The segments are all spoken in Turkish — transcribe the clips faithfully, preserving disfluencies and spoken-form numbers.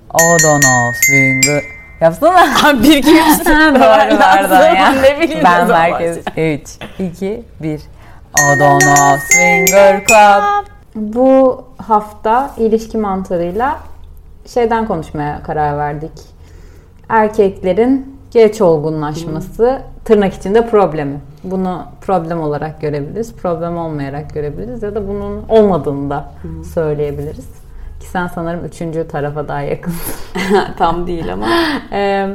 I don't know swing. Yapsana. bir iki üç Doğru pardon ya. Ne bileyim Ben merkez. üç iki bir. I don't know swinger club. Bu hafta ilişki mantığıyla şeyden konuşmaya karar verdik. Erkeklerin geç olgunlaşması hmm. tırnak içinde problemi. Bunu problem olarak görebiliriz, problem olmayarak görebiliriz ya da bunun olmadığını da hmm. söyleyebiliriz. Ki sen sanırım üçüncü tarafa daha yakınsın. Tam değil ama. ee,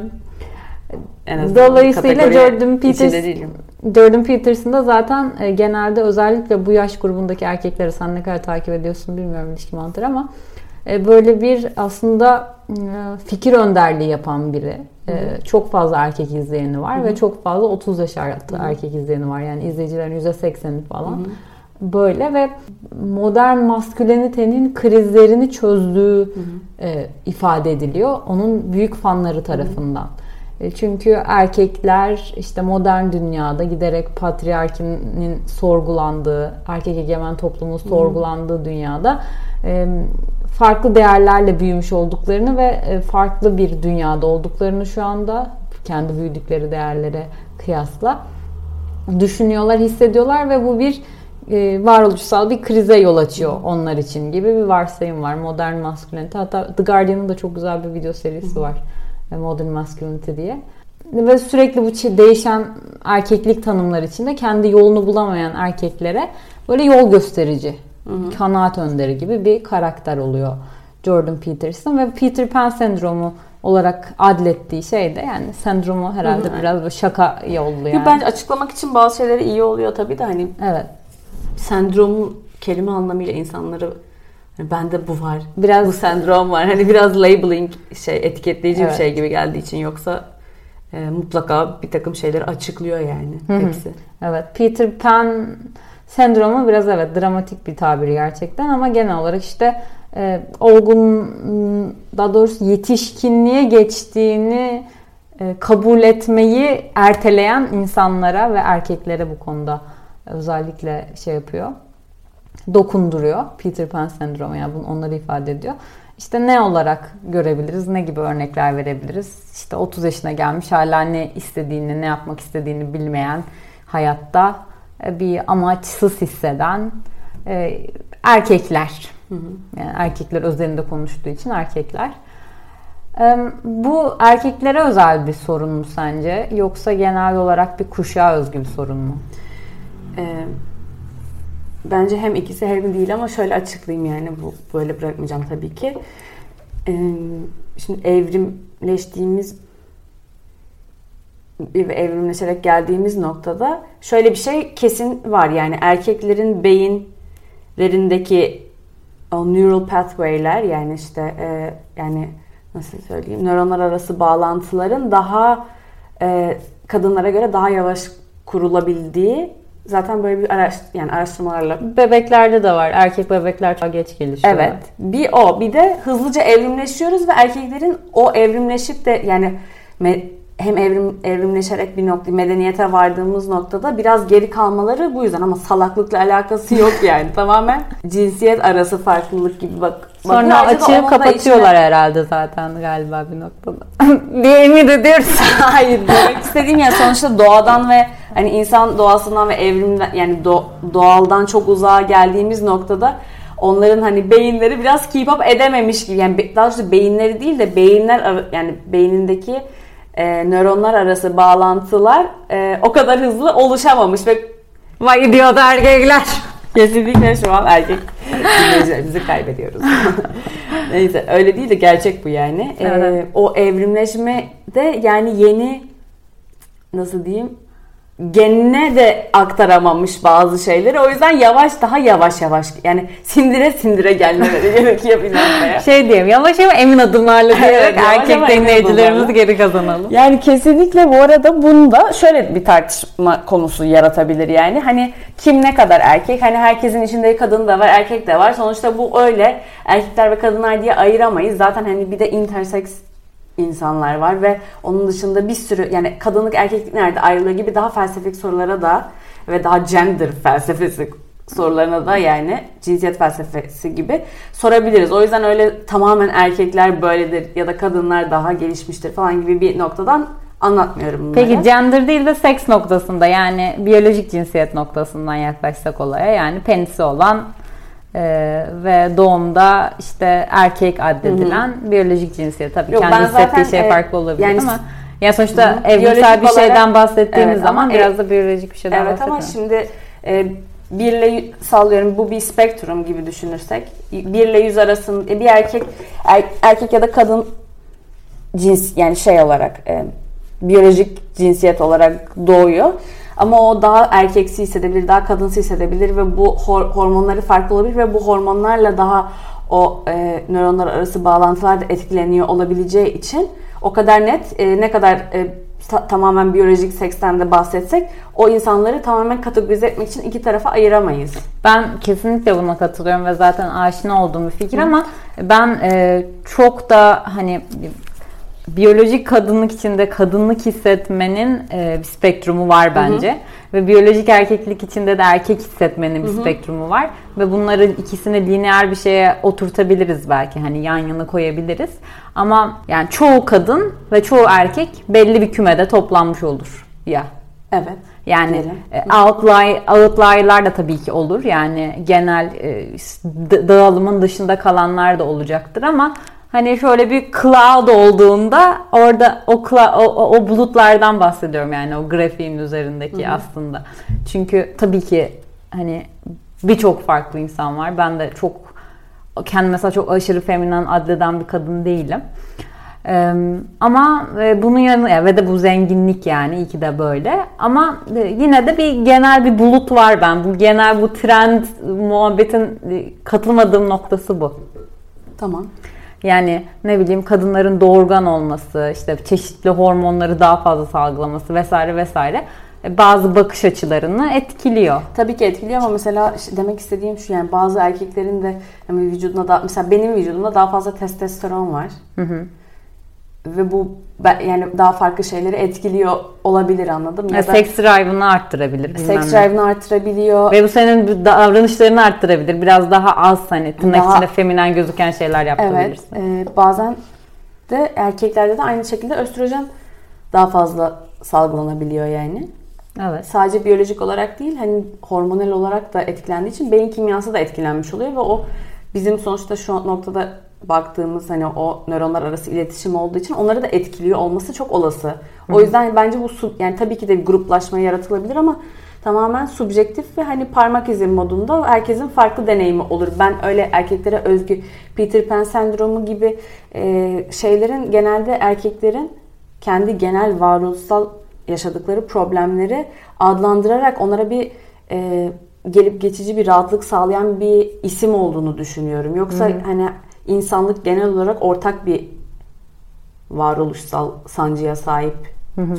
Dolayısıyla Jordan Peters, Jordan Peterson da zaten e, genelde özellikle bu yaş grubundaki erkekleri sen ne kadar takip ediyorsun bilmiyorum ilişki mantığı ama e, böyle bir aslında e, fikir önderliği yapan biri. E, çok fazla erkek izleyeni var Hı-hı. ve çok fazla otuz yaş altı Hı-hı. erkek izleyeni var. Yani izleyicilerin yüzde sekseni falan. Hı-hı. Böyle ve modern maskülenitenin krizlerini çözdüğü e, ifade ediliyor. Onun büyük fanları tarafından. Hı-hı. Çünkü erkekler işte modern dünyada giderek patriarkinin sorgulandığı, erkek egemen toplumun sorgulandığı Hı-hı. dünyada e, farklı değerlerle büyümüş olduklarını ve e, farklı bir dünyada olduklarını şu anda kendi büyüdükleri değerlere kıyasla düşünüyorlar, hissediyorlar ve bu bir e, varoluşsal bir krize yol açıyor Hı-hı. onlar için gibi bir varsayım var. Modern maskülenite. Hatta The Guardian'ın da çok güzel bir video serisi Hı-hı. var. Modern Masculinity diye. Ve sürekli bu değişen erkeklik tanımları içinde kendi yolunu bulamayan erkeklere böyle yol gösterici, hı hı. kanaat önderi gibi bir karakter oluyor Jordan Peterson ve Peter Pan sendromu olarak adlettiği şey de yani sendromu herhalde hı hı. biraz böyle şaka yollu yani. Bence açıklamak için bazı şeyleri iyi oluyor tabii de hani evet. Sendrom kelime anlamıyla insanları hani bende bu var. Biraz bu sendrom var. Hani biraz labeling şey etiketleyici evet. bir şey gibi geldiği için yoksa e, mutlaka bir takım şeyleri açıklıyor yani Hı-hı. hepsi. Evet. Peter Pan sendromu biraz evet dramatik bir tabiri gerçekten ama genel olarak işte e, olgun daha doğrusu yetişkinliğe geçtiğini e, kabul etmeyi erteleyen insanlara ve erkeklere bu konuda özellikle şey yapıyor. Dokunduruyor. Peter Pan sendromu yani bunu onları ifade ediyor. İşte ne olarak görebiliriz? Ne gibi örnekler verebiliriz? İşte otuz yaşına gelmiş hala ne istediğini, ne yapmak istediğini bilmeyen hayatta bir amaçsız hisseden e, erkekler. Hı hı. Yani erkekler özelinde konuştuğu için erkekler. E, bu erkeklere özel bir sorun mu sence? Yoksa genel olarak bir kuşağa özgü bir sorun mu? Evet. Bence hem ikisi hem değil ama şöyle açıklayayım yani bu böyle bırakmayacağım tabii ki. Ee, şimdi evrimleştiğimiz ve evrimleşerek geldiğimiz noktada şöyle bir şey kesin var yani erkeklerin beyinlerindeki o neural pathway'ler yani işte e, yani nasıl söyleyeyim nöronlar arası bağlantıların daha e, kadınlara göre daha yavaş kurulabildiği zaten böyle bir araş, yani araştırmalarla. Bebeklerde de var. Erkek bebekler çok geç gelişiyor. Evet. Bir o. Bir de hızlıca evrimleşiyoruz ve erkeklerin o evrimleşip de yani me, hem evrim evrimleşerek bir nokta medeniyete vardığımız noktada biraz geri kalmaları bu yüzden ama salaklıkla alakası yok yani. Tamamen cinsiyet arası farklılık gibi bak. Sonra açığı kapatıyorlar içine... herhalde zaten galiba bir noktada. diye ümit ediyoruz. Hayır. Demek istediğim yani sonuçta doğadan ve hani insan doğasından ve evrimden yani do, doğaldan çok uzağa geldiğimiz noktada onların hani beyinleri biraz keep up edememiş gibi yani daha doğrusu beyinleri değil de beyinler yani beynindeki e, nöronlar arası bağlantılar e, o kadar hızlı oluşamamış ve vay diyordu erkekler. Kesinlikle şu an erkek dinleyicilerimizi kaybediyoruz. Neyse öyle değil de gerçek bu yani. Evet. Ee, o evrimleşme de yani yeni nasıl diyeyim genine de aktaramamış bazı şeyleri. O yüzden yavaş daha yavaş yavaş yani sindire sindire gelmeleri gerekiyor bir noktaya. Şey diyeyim yavaş ama emin adımlarla diyerek evet, erkek dinleyicilerimizi geri kazanalım. Yani kesinlikle bu arada bunda şöyle bir tartışma konusu yaratabilir yani. Hani kim ne kadar erkek? Hani herkesin içinde kadın da var, erkek de var. Sonuçta bu öyle. Erkekler ve kadınlar diye ayıramayız. Zaten hani bir de intersex insanlar var ve onun dışında bir sürü yani kadınlık erkeklik nerede ayrılıyor gibi daha felsefik sorulara da ve daha gender felsefesi sorularına da yani cinsiyet felsefesi gibi sorabiliriz. O yüzden öyle tamamen erkekler böyledir ya da kadınlar daha gelişmiştir falan gibi bir noktadan anlatmıyorum bunları. Peki gender değil de seks noktasında, yani biyolojik cinsiyet noktasından yaklaşsak olaya, yani penisi olan e, ve doğumda işte erkek addedilen Hı-hı. biyolojik cinsiyet. Tabii Yok, kendi hissettiği şey e, farklı olabilir yani, ama yani sonuçta Hı-hı. evrimsel bir şeyden olarak, bahsettiğimiz evet, zaman biraz da biyolojik bir şeyden evet, bahsediyoruz. Evet, ama şimdi e, bir ile sallıyorum, bu bir spektrum gibi düşünürsek bir ile yüz arasında bir erkek er, erkek ya da kadın cins, yani şey olarak e, biyolojik cinsiyet olarak doğuyor. Ama o daha erkeksi hissedebilir, daha kadınsı hissedebilir ve bu hor- hormonları farklı olabilir ve bu hormonlarla daha o e, nöronlar arası bağlantılar da etkileniyor olabileceği için o kadar net e, ne kadar e, ta- tamamen biyolojik seksten de bahsetsek o insanları tamamen kategorize etmek için iki tarafa ayıramayız. Ben kesinlikle buna katılıyorum ve zaten aşina olduğum bir fikir. Hı. Ama ben e, çok da hani biyolojik kadınlık içinde kadınlık hissetmenin e, bir spektrumu var bence. Hı hı. Ve biyolojik erkeklik içinde de erkek hissetmenin bir hı hı. spektrumu var. Ve bunları ikisini lineer bir şeye oturtabiliriz belki. Hani yan yana koyabiliriz. Ama yani çoğu kadın ve çoğu erkek belli bir kümede toplanmış olur ya. Evet. Yani e, outlier, outlier'lar da tabii ki olur. Yani genel e, dağılımın dışında kalanlar da olacaktır ama hani şöyle bir cloud olduğunda orada o, o, o bulutlardan bahsediyorum, yani o grafiğin üzerindeki. Hı hı. Aslında. Çünkü tabii ki hani birçok farklı insan var. Ben de çok kendim mesela çok aşırı feminen addeden bir kadın değilim. Ee, ama bunun yanı ve de bu zenginlik, yani iyi ki de böyle. Ama yine de bir genel bir bulut var ben. Bu genel bu trend muhabbetin katılmadığım noktası bu. Tamam. Yani ne bileyim kadınların doğurgan olması, işte çeşitli hormonları daha fazla salgılaması vesaire vesaire bazı bakış açılarını etkiliyor. Tabii ki etkiliyor ama mesela demek istediğim şu, yani bazı erkeklerin de yani vücuduna da, mesela benim vücudumda daha fazla testosteron var. Hı hı. Ve bu yani daha farklı şeyleri etkiliyor olabilir, anladım. Ya, ya seks drive'ını arttırabilir. Seks drive'ını arttırabiliyor. Ve bu senin davranışlarını arttırabilir. Biraz daha az hani tırnak daha, içinde feminen gözüken şeyler yapabilirsin. Evet. E, bazen de erkeklerde de aynı şekilde östrojen daha fazla salgılanabiliyor yani. Evet. Sadece biyolojik olarak değil, hani hormonal olarak da etkilendiği için beyin kimyası da etkilenmiş oluyor ve o bizim sonuçta şu noktada baktığımız hani o nöronlar arası iletişim olduğu için onları da etkiliyor olması çok olası. O yüzden bence bu yani tabii ki de bir gruplaşma yaratılabilir ama tamamen subjektif ve hani parmak izi modunda herkesin farklı deneyimi olur. Ben öyle erkeklere özgü Peter Pan sendromu gibi e, şeylerin genelde erkeklerin kendi genel varoluşsal yaşadıkları problemleri adlandırarak onlara bir e, gelip geçici bir rahatlık sağlayan bir isim olduğunu düşünüyorum. Yoksa Hı-hı. hani insanlık genel olarak ortak bir varoluşsal sancıya sahip. Hı hı.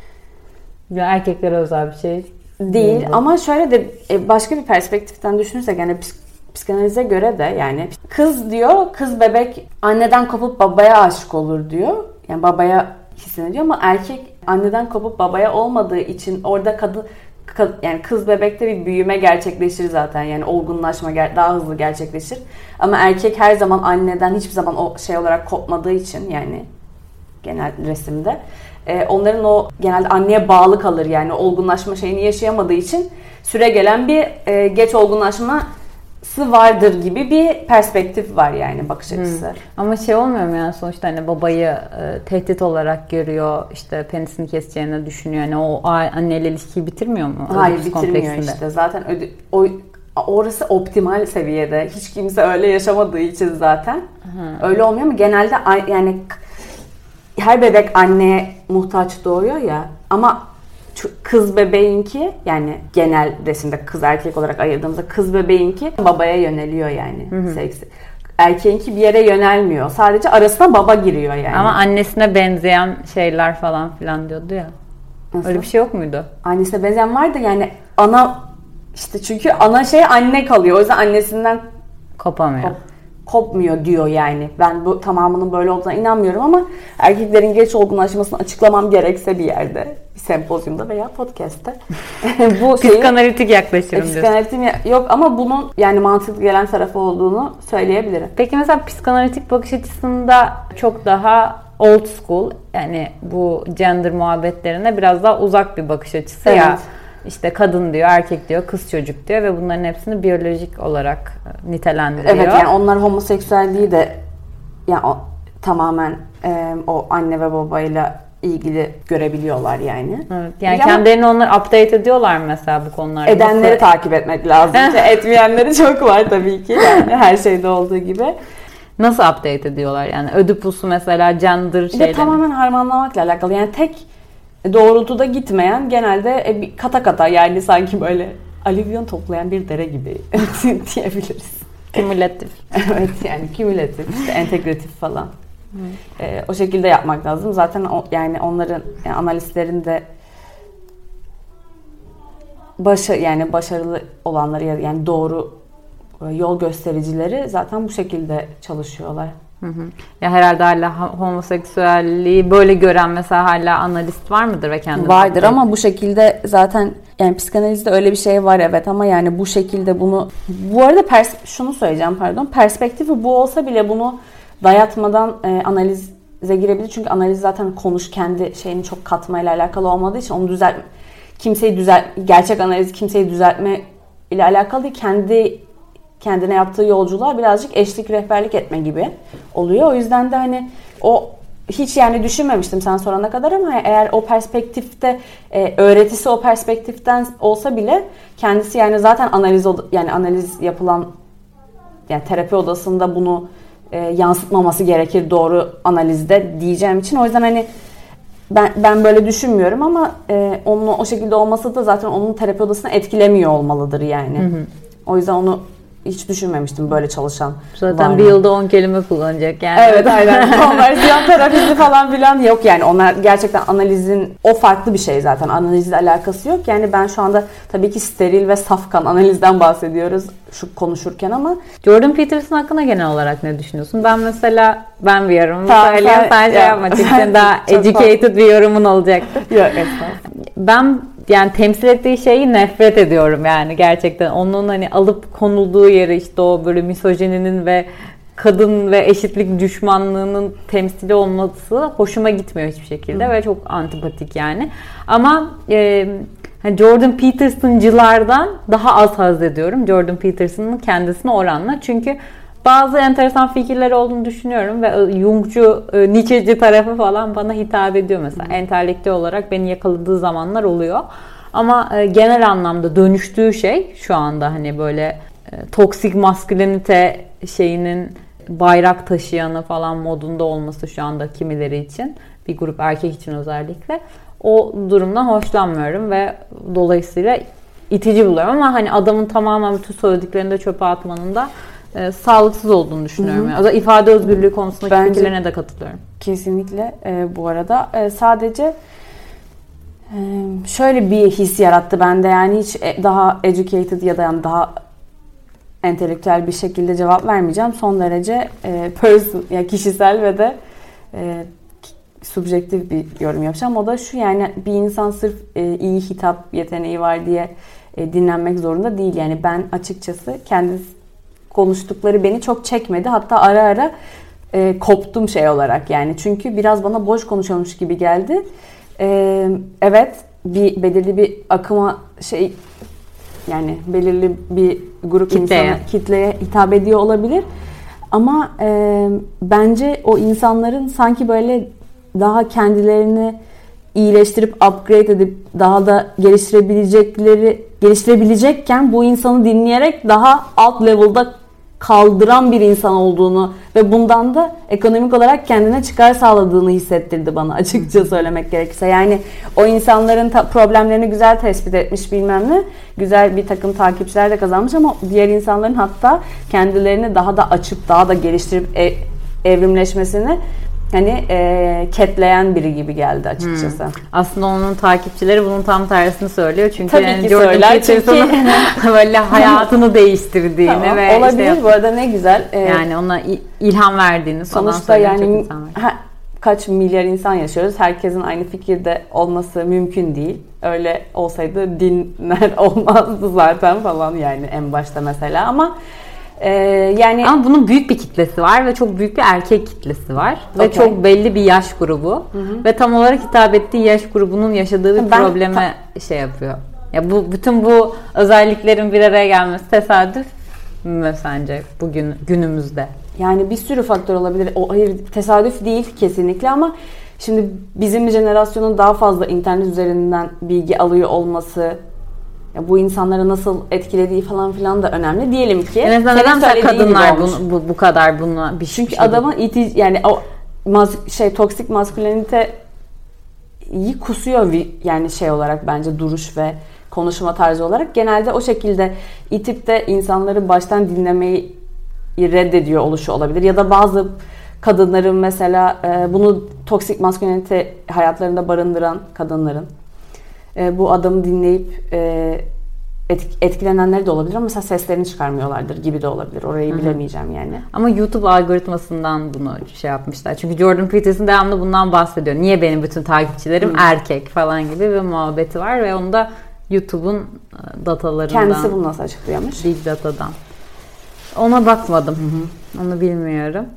Ya erkeklere özel bir şey değil. değil. Ama şöyle de başka bir perspektiften düşünürsek, yani psikanalize göre de yani kız diyor, kız bebek anneden kopup babaya aşık olur diyor. Yani babaya hissediyor ama erkek anneden kopup babaya olmadığı için orada kadın yani kız bebekte bir büyüme gerçekleşir zaten. Yani olgunlaşma daha hızlı gerçekleşir. Ama erkek her zaman anneden hiçbir zaman o şey olarak kopmadığı için, yani genel resimde onların o genelde anneye bağlı kalır, yani olgunlaşma şeyini yaşayamadığı için süre gelen bir geç olgunlaşması vardır gibi bir perspektif var, yani bakış açısı. Hmm. Ama şey olmuyor mu yani sonuçta hani babayı e, tehdit olarak görüyor, işte penisini keseceğini düşünüyor. Yani o anneyle ilişkiyi bitirmiyor mu? Hayır, bitirmiyor işte. Zaten öde, o orası optimal seviyede. Hiç kimse öyle yaşamadığı için zaten. Hı. Öyle olmuyor mu? Genelde yani her bebek anneye muhtaç doğuyor ya, ama kız bebeğinki, yani genel resimde kız erkek olarak ayırdığımızda kız bebeğinki babaya yöneliyor yani. Hı hı. Seksi. Erkeğinki bir yere yönelmiyor. Sadece arasına baba giriyor yani. Ama annesine benzeyen şeyler falan filan diyordu ya. Nasıl? Öyle bir şey yok muydu? Annesine benzeyen vardı yani, ana işte çünkü ana şey anne kalıyor. O yüzden annesinden kopamıyor. Kop, kopmuyor diyor yani. Ben bu tamamının böyle olduğuna inanmıyorum ama erkeklerin geç olgunlaşmasını açıklamam gerekse bir yerde, bir sempozyumda veya podcast'te bu şeyi, psikanalitik yaklaşırım diyorsun. Psikanalitim yok ama bunun yani mantıklı gelen tarafı olduğunu söyleyebilirim. Peki mesela psikanalitik bakış açısında çok daha old school, yani bu gender muhabbetlerine biraz daha uzak bir bakış açısı evet. ya. İşte kadın diyor, erkek diyor, kız çocuk diyor ve bunların hepsini biyolojik olarak nitelendiriyor. Evet, yani onlar homoseksüelliği de yani o, tamamen e, o anne ve babayla ilgili görebiliyorlar yani. Evet, yani ya kendilerini onlar update ediyorlar mesela bu konularda. Edenleri nasıl takip etmek lazım. Etmeyenleri çok var tabii ki. Yani her şeyde olduğu gibi. Nasıl update ediyorlar? Yani Ödipus'u mesela gender şeyleri. Tamamen harmanlamakla alakalı. Yani tek doğrultuda gitmeyen, genelde kata kata, yani sanki böyle alüvyon toplayan bir dere gibi diyebiliriz. Kümülatif. Evet, yani kümülatif, işte entegratif falan. Ee, o şekilde yapmak lazım. Zaten o, yani onların yani analistlerinde başa yani başarılı olanları, yani doğru yol göstericileri zaten bu şekilde çalışıyorlar. Hı hı. Ya herhalde hala homoseksüelliği böyle gören mesela hala analist var mıdır ve kendini vardır update? Ama bu şekilde zaten yani psikanalizde öyle bir şey var evet, ama yani bu şekilde bunu, bu arada pers- şunu söyleyeceğim pardon, perspektifi bu olsa bile bunu dayatmadan e, analize girebilir. Çünkü analiz zaten konuş kendi şeyini çok katmayla alakalı olmadığı için onu düzelt kimseyi düzelt gerçek analiz kimseyi düzeltme ile alakalı değil. Kendi kendine yaptığı yolculuğa birazcık eşlik, rehberlik etme gibi oluyor. O yüzden de hani o hiç yani düşünmemiştim sen sorana kadar, ama eğer o perspektifte e, öğretisi o perspektiften olsa bile kendisi yani zaten analiz yani analiz yapılan yani terapi odasında bunu e, yansıtmaması gerekir doğru analizde diyeceğim için. O yüzden hani ben ben böyle düşünmüyorum ama e, onun o şekilde olması da zaten onun terapi odasını etkilemiyor olmalıdır yani. Hı hı. O yüzden onu hiç düşünmemiştim böyle çalışan. Zaten bir yılda on kelime kullanacak yani. Evet aynen. Konversiyon terapisi falan filan yok yani. Onlar gerçekten analizin o farklı bir şey zaten. Analizle alakası yok. Yani ben şu anda tabii ki steril ve safkan analizden bahsediyoruz şu konuşurken ama. Jordan Peterson hakkında genel olarak ne düşünüyorsun? Ben mesela ben bir yorumumu söyleyeyim. Sen şey yapma. Çünkü daha educated bir yorumun olacaktı. Yok estağfurullah. Ben yani temsil ettiği şeyi nefret ediyorum yani gerçekten. Onun hani alıp konulduğu yeri, işte o böyle misojininin ve kadın ve eşitlik düşmanlığının temsili olması hoşuma gitmiyor hiçbir şekilde. Hı. Ve çok antipatik yani. Ama e, Jordan Peterson'cılardan daha az haz ediyorum Jordan Peterson'ın kendisine oranla. Çünkü bazı enteresan fikirleri olduğunu düşünüyorum ve Jungcu, Nietzsche'ci tarafı falan bana hitap ediyor mesela. Hmm. Entelektüel olarak beni yakaladığı zamanlar oluyor. Ama genel anlamda dönüştüğü şey şu anda hani böyle toksik maskülenite şeyinin bayrak taşıyanı falan modunda olması şu anda kimileri için, bir grup erkek için özellikle. O durumdan hoşlanmıyorum ve dolayısıyla itici buluyorum, ama hani adamın tamamen bütün söylediklerini de çöpe atmanın da e, sağlıksız olduğunu düşünüyorum. Yani. O da ifade özgürlüğü konusundaki Bence fikirlerine de katılıyorum. Kesinlikle e, bu arada. E, sadece e, şöyle bir his yarattı bende, yani hiç daha educated ya da yani daha entelektüel bir şekilde cevap vermeyeceğim. Son derece e, person, yani kişisel ve de e, subjektif bir yorum yapacağım. O da şu, yani bir insan sırf e, iyi hitap yeteneği var diye e, dinlenmek zorunda değil. Yani ben açıkçası kendi konuştukları beni çok çekmedi. Hatta ara ara e, koptum şey olarak yani. Çünkü biraz bana boş konuşuyormuş gibi geldi. E, evet bir belirli bir akıma şey yani belirli bir grup kitleye. insana, kitleye hitap ediyor olabilir. Ama e, bence o insanların sanki böyle daha kendilerini iyileştirip upgrade edip daha da geliştirebilecekleri geliştirebilecekken bu insanı dinleyerek daha alt level'da kaldıran bir insan olduğunu ve bundan da ekonomik olarak kendine çıkar sağladığını hissettirdi bana, açıkça söylemek gerekirse. Yani o insanların ta- problemlerini güzel tespit etmiş bilmem ne, güzel bir takım takipçiler de kazanmış, ama diğer insanların hatta kendilerini daha da açıp daha da geliştirip e- evrimleşmesini hani e, ketleyen biri gibi geldi açıkçası. Hmm. Aslında onun takipçileri bunun tam tersini söylüyor. Çünkü tabii yani ki Jordan söyler çünkü böyle hayatını değiştirdiğini tamam, ve olabilir işte, bu arada ne güzel. Ee, yani ona ilham verdiğini sonuçta yani ha, kaç milyar insan yaşıyoruz. Herkesin aynı fikirde olması mümkün değil. Öyle olsaydı dinler olmazdı zaten falan yani en başta mesela ama e, yani ama bunun büyük bir kitlesi var ve çok büyük bir erkek kitlesi var okay. Ve çok belli bir yaş grubu hı hı. Ve tam olarak hitap ettiği yaş grubunun yaşadığı bir ben, probleme ta- şey yapıyor. Ya bu bütün bu özelliklerin bir araya gelmesi tesadüf mü sence bugün günümüzde? Yani bir sürü faktör olabilir. O hayır tesadüf değil kesinlikle ama şimdi bizim jenerasyonun daha fazla internet üzerinden bilgi alıyor olması, ya bu insanları nasıl etkilediği falan filan da önemli. Diyelim ki en neden kadınlar bunu, bu, bu kadar bununla bir çünkü şey adamın iti yani o mas, şey toksik maskülenite iyi kusuyor yani şey olarak bence duruş ve konuşma tarzı olarak genelde o şekilde itip de insanları baştan dinlemeyi reddediyor oluşu olabilir. Ya da bazı kadınların mesela e, bunu toksik maskülenite hayatlarında barındıran kadınların e, bu adamı dinleyip e, etk- etkilenenleri de olabilir ama mesela seslerini çıkarmıyorlardır gibi de olabilir. Orayı Hı-hı. bilemeyeceğim yani. Ama YouTube algoritmasından bunu şey yapmışlar. Çünkü Jordan Peterson devamlı bundan bahsediyor. Niye benim bütün takipçilerim Hı-hı. erkek falan gibi bir muhabbeti var ve onu da YouTube'un datalarından. Kendisi bunu nasıl açıklıyormuş? Big Data'dan. Ona bakmadım. Hı hı. Onu bilmiyorum.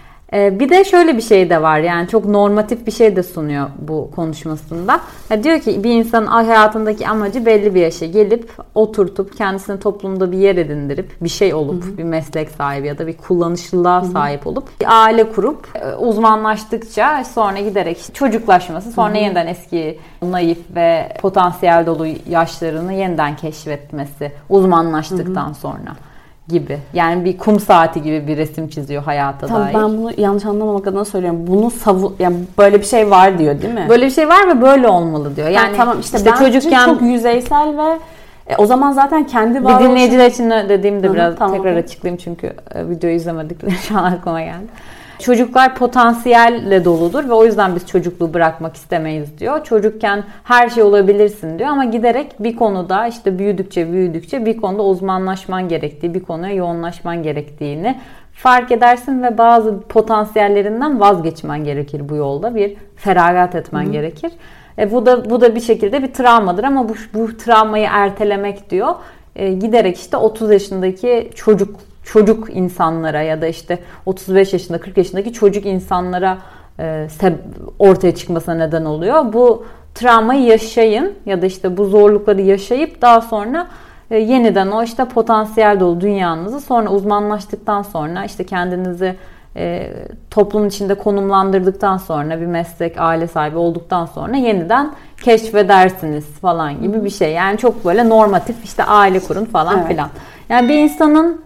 Ee, bir de şöyle bir şey de var. Yani çok normatif bir şey de sunuyor bu konuşmasında. Ya diyor ki bir insanın hayatındaki amacı belli bir yaşa gelip oturtup kendisini toplumda bir yer edindirip bir şey olup hı hı. bir meslek sahibi ya da bir kullanışlılığa hı hı. sahip olup bir aile kurup uzmanlaştıkça sonra giderek çocuklaşması sonra hı hı. yeniden eski naif ve potansiyel dolu yaşlarını yeniden keşfetmesi uzmanlaştıktan hı hı. sonra gibi. Yani bir kum saati gibi bir resim çiziyor hayata tamam, dair. Ben bunu yanlış anlamamak adına söylüyorum. Bunu savu yani böyle bir şey var diyor değil mi? Böyle bir şey var ve böyle olmalı diyor. Yani ha, tamam işte, işte ben çocukken çok yüzeysel ve e, o zaman zaten kendi varoluşu... Bir dinleyiciler için dediğimde Hı-hı, biraz tamam. tekrar açıklayayım çünkü videoyu izlemedikleri şu an aklıma geldi. Çocuklar potansiyelle doludur ve o yüzden biz çocukluğu bırakmak istemeyiz diyor. Çocukken her şey olabilirsin diyor ama giderek bir konuda işte büyüdükçe büyüdükçe bir konuda uzmanlaşman gerektiği, bir konuya yoğunlaşman gerektiğini fark edersin ve bazı potansiyellerinden vazgeçmen gerekir bu yolda. Bir feragat etmen Hı-hı. gerekir. E bu da bu da bir şekilde bir travmadır ama bu bu travmayı ertelemek diyor. E, giderek işte otuz yaşındaki çocuk çocuk insanlara ya da işte otuz beş yaşında kırk yaşındaki çocuk insanlara e, ortaya çıkmasına neden oluyor. Bu travmayı yaşayın ya da işte bu zorlukları yaşayıp daha sonra e, yeniden o işte potansiyel dolu dünyanızı sonra uzmanlaştıktan sonra işte kendinizi e, toplum içinde konumlandırdıktan sonra bir meslek, aile sahibi olduktan sonra yeniden keşfedersiniz falan gibi bir şey. Yani çok böyle normatif işte aile kurun falan evet. filan. Yani bir insanın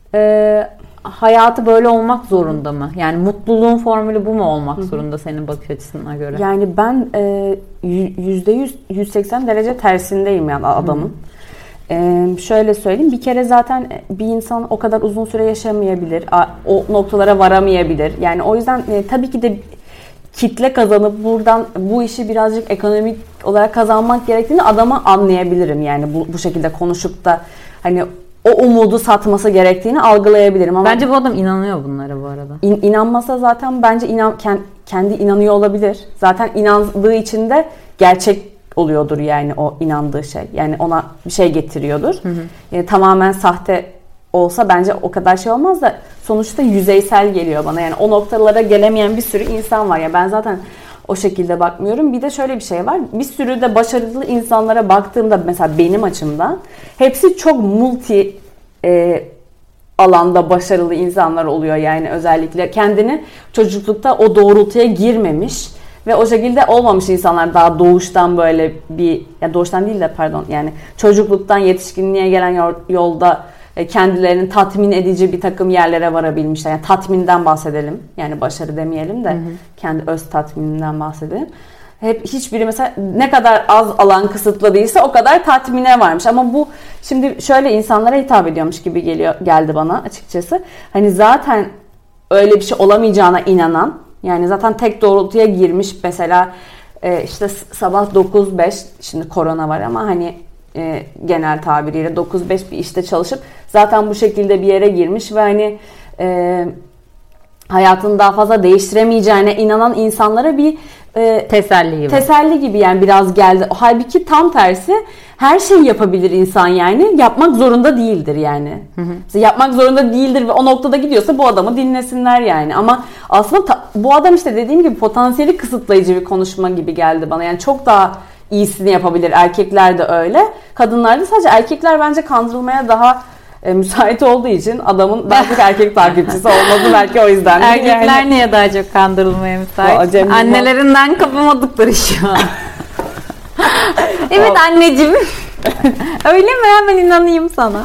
e, hayatı böyle olmak zorunda mı? Yani mutluluğun formülü bu mu olmak Hı-hı. zorunda senin bakış açısına göre? Yani ben e, yüzde yüz, yüz seksen derece tersindeyim yani adamın. Ee, şöyle söyleyeyim, bir kere zaten bir insan o kadar uzun süre yaşamayabilir, o noktalara varamayabilir. Yani o yüzden e, tabii ki de kitle kazanıp buradan bu işi birazcık ekonomik olarak kazanmak gerektiğini adama anlayabilirim. Yani bu, bu şekilde konuşup da hani o umudu satması gerektiğini algılayabilirim. Ama bence bu adam inanıyor bunlara bu arada. İn, inanmasa zaten bence inan, kendi inanıyor olabilir. Zaten inandığı için de gerçek oluyordur yani o inandığı şey. Yani ona bir şey getiriyordur. Hı hı. Yani tamamen sahte olsa bence o kadar şey olmaz da sonuçta yüzeysel geliyor bana. Yani o noktalara gelemeyen bir sürü insan var. Yani ben zaten o şekilde bakmıyorum. Bir de şöyle bir şey var. Bir sürü de başarılı insanlara baktığımda mesela benim açımdan hepsi çok multi e, alanda başarılı insanlar oluyor. Yani özellikle kendini çocuklukta o doğrultuya girmemiş ve o şekilde olmamış insanlar daha doğuştan böyle bir, ya doğuştan değil de pardon yani çocukluktan yetişkinliğe gelen yolda kendilerini tatmin edici bir takım yerlere varabilmişler. Yani tatminden bahsedelim. Yani başarı demeyelim de hı hı. kendi öz tatmininden bahsedelim. Hep hiçbiri mesela ne kadar az alan kısıtladıysa o kadar tatmine varmış. Ama bu şimdi şöyle insanlara hitap ediyormuş gibi geliyor geldi bana açıkçası. Hani zaten öyle bir şey olamayacağına inanan Yani zaten tek doğrultuya girmiş mesela e, işte sabah dokuz beş, şimdi korona var ama hani e, genel tabiriyle dokuz beş bir işte çalışıp zaten bu şekilde bir yere girmiş ve hani e, hayatını daha fazla değiştiremeyeceğine inanan insanlara bir e, teselli gibi. Teselli gibi yani biraz geldi. Halbuki tam tersi, her şeyi yapabilir insan yani. Yapmak zorunda değildir yani. Hı hı. Yapmak zorunda değildir ve o noktada gidiyorsa bu adamı dinlesinler yani. Ama aslında ta, bu adam işte dediğim gibi potansiyeli kısıtlayıcı bir konuşma gibi geldi bana. Yani çok daha iyisini yapabilir. Erkekler de öyle. Kadınlar da, sadece erkekler bence kandırılmaya daha E, müsait olduğu için adamın daha çok erkek takipçisi olmadı belki o yüzden. Erkekler yani. niye daha çok kandırılmaya müsait? Acem Annelerinden kapamadıkları şu an. Evet anneciğim. Öyle mi? Hemen inanayım sana.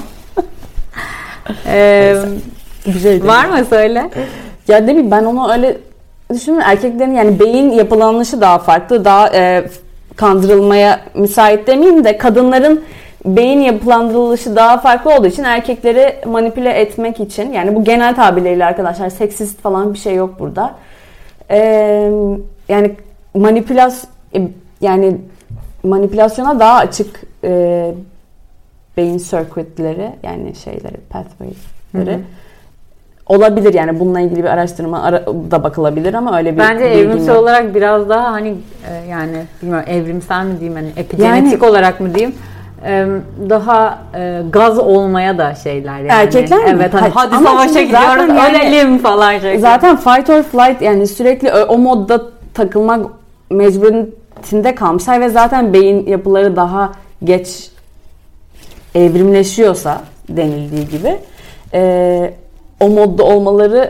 Ee, Güzel var mı söyle? Ya ne bileyim, ben onu öyle düşünüyorum. Erkeklerin yani beyin yapılanışı daha farklı. Daha e, kandırılmaya müsait demeyeyim de, kadınların beyin yapılandırılışı daha farklı olduğu için erkekleri manipüle etmek için, yani bu genel tabirleriyle arkadaşlar, seksist falan bir şey yok burada. Ee, yani manipülas yani manipülasyona daha açık e, beyin circuitleri, yani şeyleri, pathway'leri olabilir. Yani bununla ilgili bir araştırma ara, da bakılabilir ama öyle bir bence evrimsel yok. Olarak biraz daha hani e, yani bilmiyorum, evrimsel mi diyeyim, hani epigenetik yani, olarak mı diyeyim, daha e, gaz olmaya da şeyler yani. Erkekler mi? Evet, hani hadi ama savaşa gidiyoruz, yani, ölelim falan şey. Zaten fight or flight, yani sürekli o modda takılmak mecburiyetinde kalmışlar ve zaten beyin yapıları daha geç evrimleşiyorsa denildiği gibi e, o modda olmaları,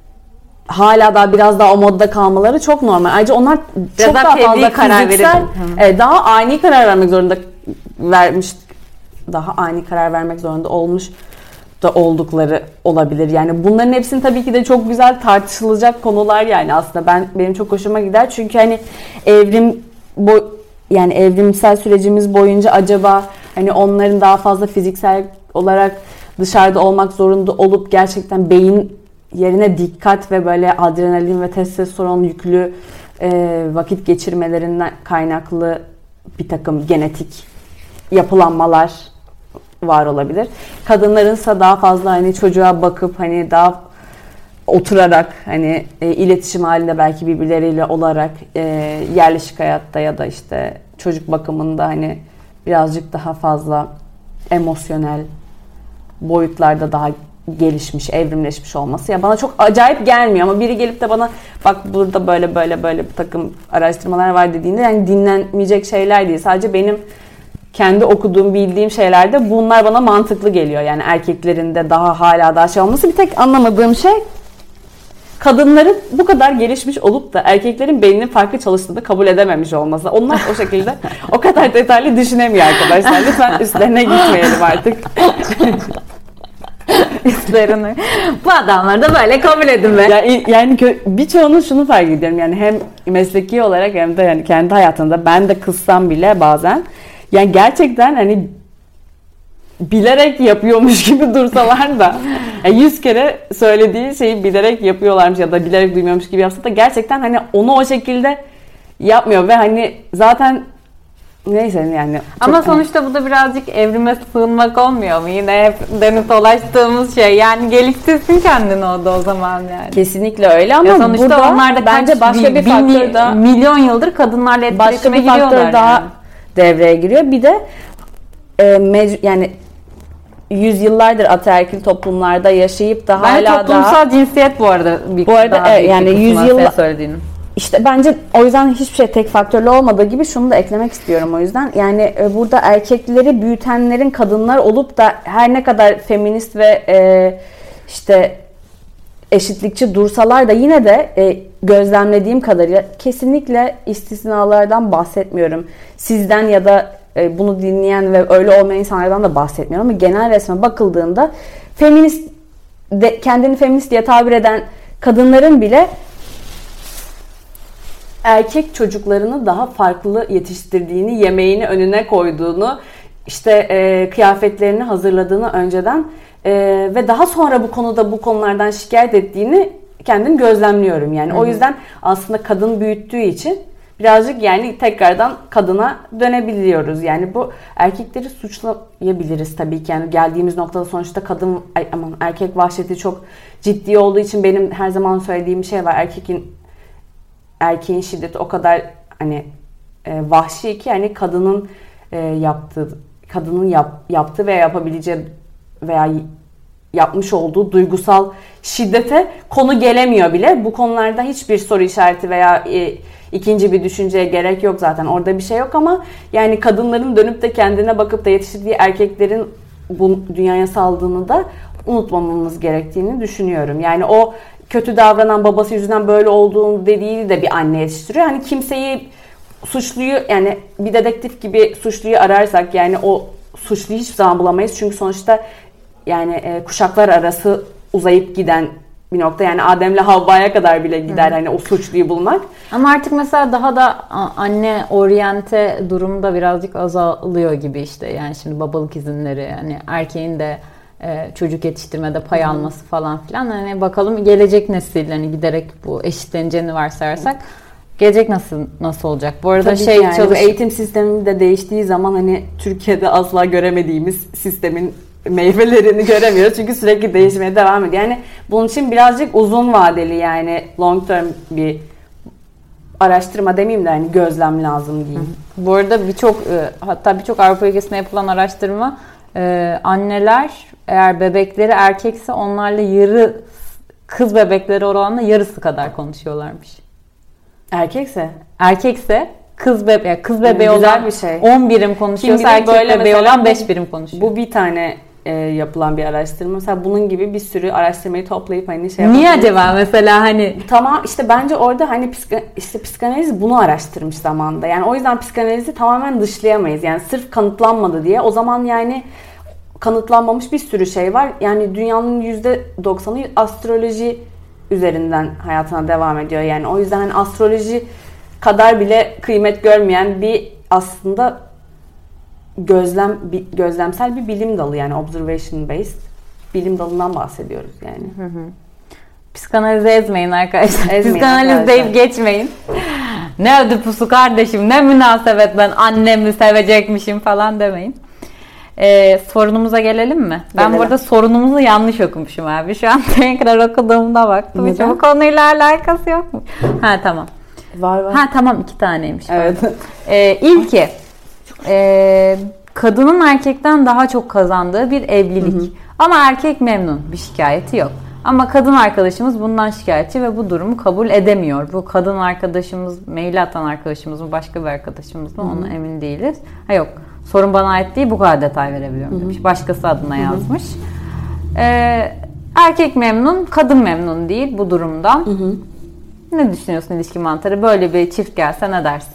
hala daha biraz daha o modda kalmaları çok normal. Ayrıca onlar çok daha, daha fazla karar fiziksel, e, daha ani karar vermek zorunda vermiş, daha ani karar vermek zorunda olmuş da oldukları olabilir. Yani bunların hepsini tabii ki de çok güzel tartışılacak konular yani aslında. Ben benim çok hoşuma gider. Çünkü hani evrim boy, yani evrimsel sürecimiz boyunca acaba hani onların daha fazla fiziksel olarak dışarıda olmak zorunda olup gerçekten beyin yerine dikkat ve böyle adrenalin ve testosteron yüklü e, vakit geçirmelerinden kaynaklı bir takım genetik yapılanmalar var olabilir. Kadınlarınsa daha fazla hani çocuğa bakıp hani daha oturarak hani e, iletişim halinde belki birbirleriyle olarak e, yerleşik hayatta ya da işte çocuk bakımında hani birazcık daha fazla emosyonel boyutlarda daha gelişmiş, evrimleşmiş olması ya bana çok acayip gelmiyor ama biri gelip de bana bak burada böyle böyle böyle bir takım araştırmalar var dediğinde yani dinlenmeyecek şeyler değil. Sadece benim kendi okuduğum, bildiğim şeylerde bunlar bana mantıklı geliyor. Yani erkeklerin de daha hala daha şey olması. Bir tek anlamadığım şey, kadınların bu kadar gelişmiş olup da erkeklerin beyninin farklı çalıştığını kabul edememiş olması. Onlar o şekilde o kadar detaylı düşünemiyor arkadaşlar. Lütfen üstlerine gitmeyelim artık. Üstlerini. Bu adamları da böyle kabul edin be. Yani, yani birçoğunun şunu fark ediyorum. Yani hem mesleki olarak hem de yani kendi hayatımda ben de kızsam bile bazen, yani gerçekten hani bilerek yapıyormuş gibi dursalar da yani yüz kere söylediği şeyi bilerek yapıyorlarmış ya da bilerek duymuyormuş gibi yapsa da gerçekten hani onu o şekilde yapmıyor ve hani zaten neyse yani. Ama sonuçta bu da birazcık evrime sığınmak olmuyor mu? Yine hep dönüp dolaştığımız şey. Yani geliştirsin kendini o da o zaman yani. Kesinlikle öyle ama ya sonuçta burada onlar da bence başka bir, bir faktör daha, milyon yıldır kadınlarla etkileşime giriyorlar. Başka bir faktör daha yani devreye giriyor. Bir de e, mec- yani yüzyıllardır ataerkil toplumlarda yaşayıp da bence hala toplumsal daha cinsiyet bu arada bir bu arada e, yani yüzyıl söylediğinin. İşte bence o yüzden hiçbir şey tek faktörlü olmadığı gibi şunu da eklemek istiyorum o yüzden. Yani e, burada erkekleri büyütenlerin kadınlar olup da her ne kadar feminist ve e, işte eşitlikçi dursalar da yine de e, gözlemlediğim kadarıyla kesinlikle istisnalardan bahsetmiyorum. Sizden ya da e, bunu dinleyen ve öyle olmayan insanlardan da bahsetmiyorum ama genel resme bakıldığında feminist de, kendini feminist diye tabir eden kadınların bile erkek çocuklarını daha farklı yetiştirdiğini, yemeğini önüne koyduğunu, işte e, kıyafetlerini hazırladığını önceden e, ve daha sonra bu konuda bu konulardan şikayet ettiğini kendim gözlemliyorum yani. Hı-hı. O yüzden aslında kadın büyüttüğü için birazcık yani tekrardan kadına dönebiliyoruz. Yani bu erkekleri suçlayabiliriz tabii ki. Yani geldiğimiz noktada sonuçta kadın aman erkek vahşeti çok ciddi olduğu için benim her zaman söylediğim şey var. Erkeğin erkeğin şiddeti o kadar hani e, vahşi ki yani kadının e, yaptığı kadının yap, yaptığı veya yapabileceği veya yapmış olduğu duygusal şiddete konu gelemiyor bile. Bu konularda hiçbir soru işareti veya e, ikinci bir düşünceye gerek yok zaten. Orada bir şey yok ama yani kadınların dönüp de kendine bakıp da yetiştirdiği erkeklerin bu dünyaya saldığını da unutmamamız gerektiğini düşünüyorum. Yani o kötü davranan babası yüzünden böyle olduğunu dediği de bir anne yetiştiriyor. Hani kimseyi suçluyu yani bir dedektif gibi suçluyu ararsak yani o suçluyu hiçbir zaman bulamayız. Çünkü sonuçta yani e, kuşaklar arası uzayıp giden bir nokta. Yani Adem'le Havva'ya kadar bile gider hani o suçluyu bulmak. Ama artık mesela daha da anne oryante durumda birazcık azalıyor gibi işte. Yani şimdi babalık izinleri yani erkeğin de e, çocuk yetiştirmede pay hmm. alması falan filan. Hani bakalım gelecek nesil hani giderek bu eşitleneceğini varsayarsak gelecek nasıl nasıl olacak? Bu arada Tabii şey yani, çalış eğitim sistemi de değiştiği zaman hani Türkiye'de asla göremediğimiz sistemin meyvelerini göremiyoruz. Çünkü sürekli değişmeye devam ediyor. Yani bunun için birazcık uzun vadeli yani long term bir araştırma demeyeyim de hani gözlem lazım diyeyim. Bu arada birçok hatta birçok Avrupa ülkesinde yapılan araştırma anneler eğer bebekleri erkekse onlarla yarı kız bebekleri oranla yarısı kadar konuşuyorlarmış. Erkekse? Erkekse kız bebeği, kız bebeği yani olan bir şey. on birim konuşuyorsa erkek böyle bebeği olan beş birim konuşuyor. Bu bir tane e, yapılan bir araştırma. Mesela bunun gibi bir sürü araştırmayı toplayıp hani şey niye acaba mesela hani tamam işte bence orada hani psika, işte psikanaliz bunu araştırmış zamanda. Yani o yüzden psikanalizi tamamen dışlayamayız. Yani sırf kanıtlanmadı diye. O zaman yani kanıtlanmamış bir sürü şey var. Yani dünyanın yüzde doksanı astroloji üzerinden hayatına devam ediyor. Yani o yüzden hani astroloji kadar bile kıymet görmeyen bir aslında gözlem bir, gözlemsel bir bilim dalı yani observation based bilim dalından bahsediyoruz yani. Hı hı. Psikanalize ezmeyin arkadaşlar. Ezmeyin Psikanaliz arkadaşlar. deyip geçmeyin. Ne ödüpusu kardeşim, ne münasebet ben annemi sevecekmişim falan demeyin. Ee, sorunumuza gelelim mi? Ben Gelelim. bu arada sorunumuzu yanlış okumuşum abi. Şu an tekrar okuduğumda baktım. Hiç bu konuyla alakası yok mu? Ha tamam. Var var. Ha tamam iki taneymiş. Evet. Ee, ilki e, kadının erkekten daha çok kazandığı bir evlilik. Hı hı. Ama erkek memnun. Bir şikayeti yok. Ama kadın arkadaşımız bundan şikayetçi ve bu durumu kabul edemiyor. Bu kadın arkadaşımız, mail atan arkadaşımız mı, başka bir arkadaşımız mı? Hı hı. Ona emin değiliz. Ha yok. Sorun bana ait değil, bu kadar detay verebiliyorum demiş. Başkası adına yazmış. Ee, erkek memnun, kadın memnun değil bu durumdan. Hı hı. Ne düşünüyorsun ilişki mantarı? Böyle bir çift gelse ne dersin?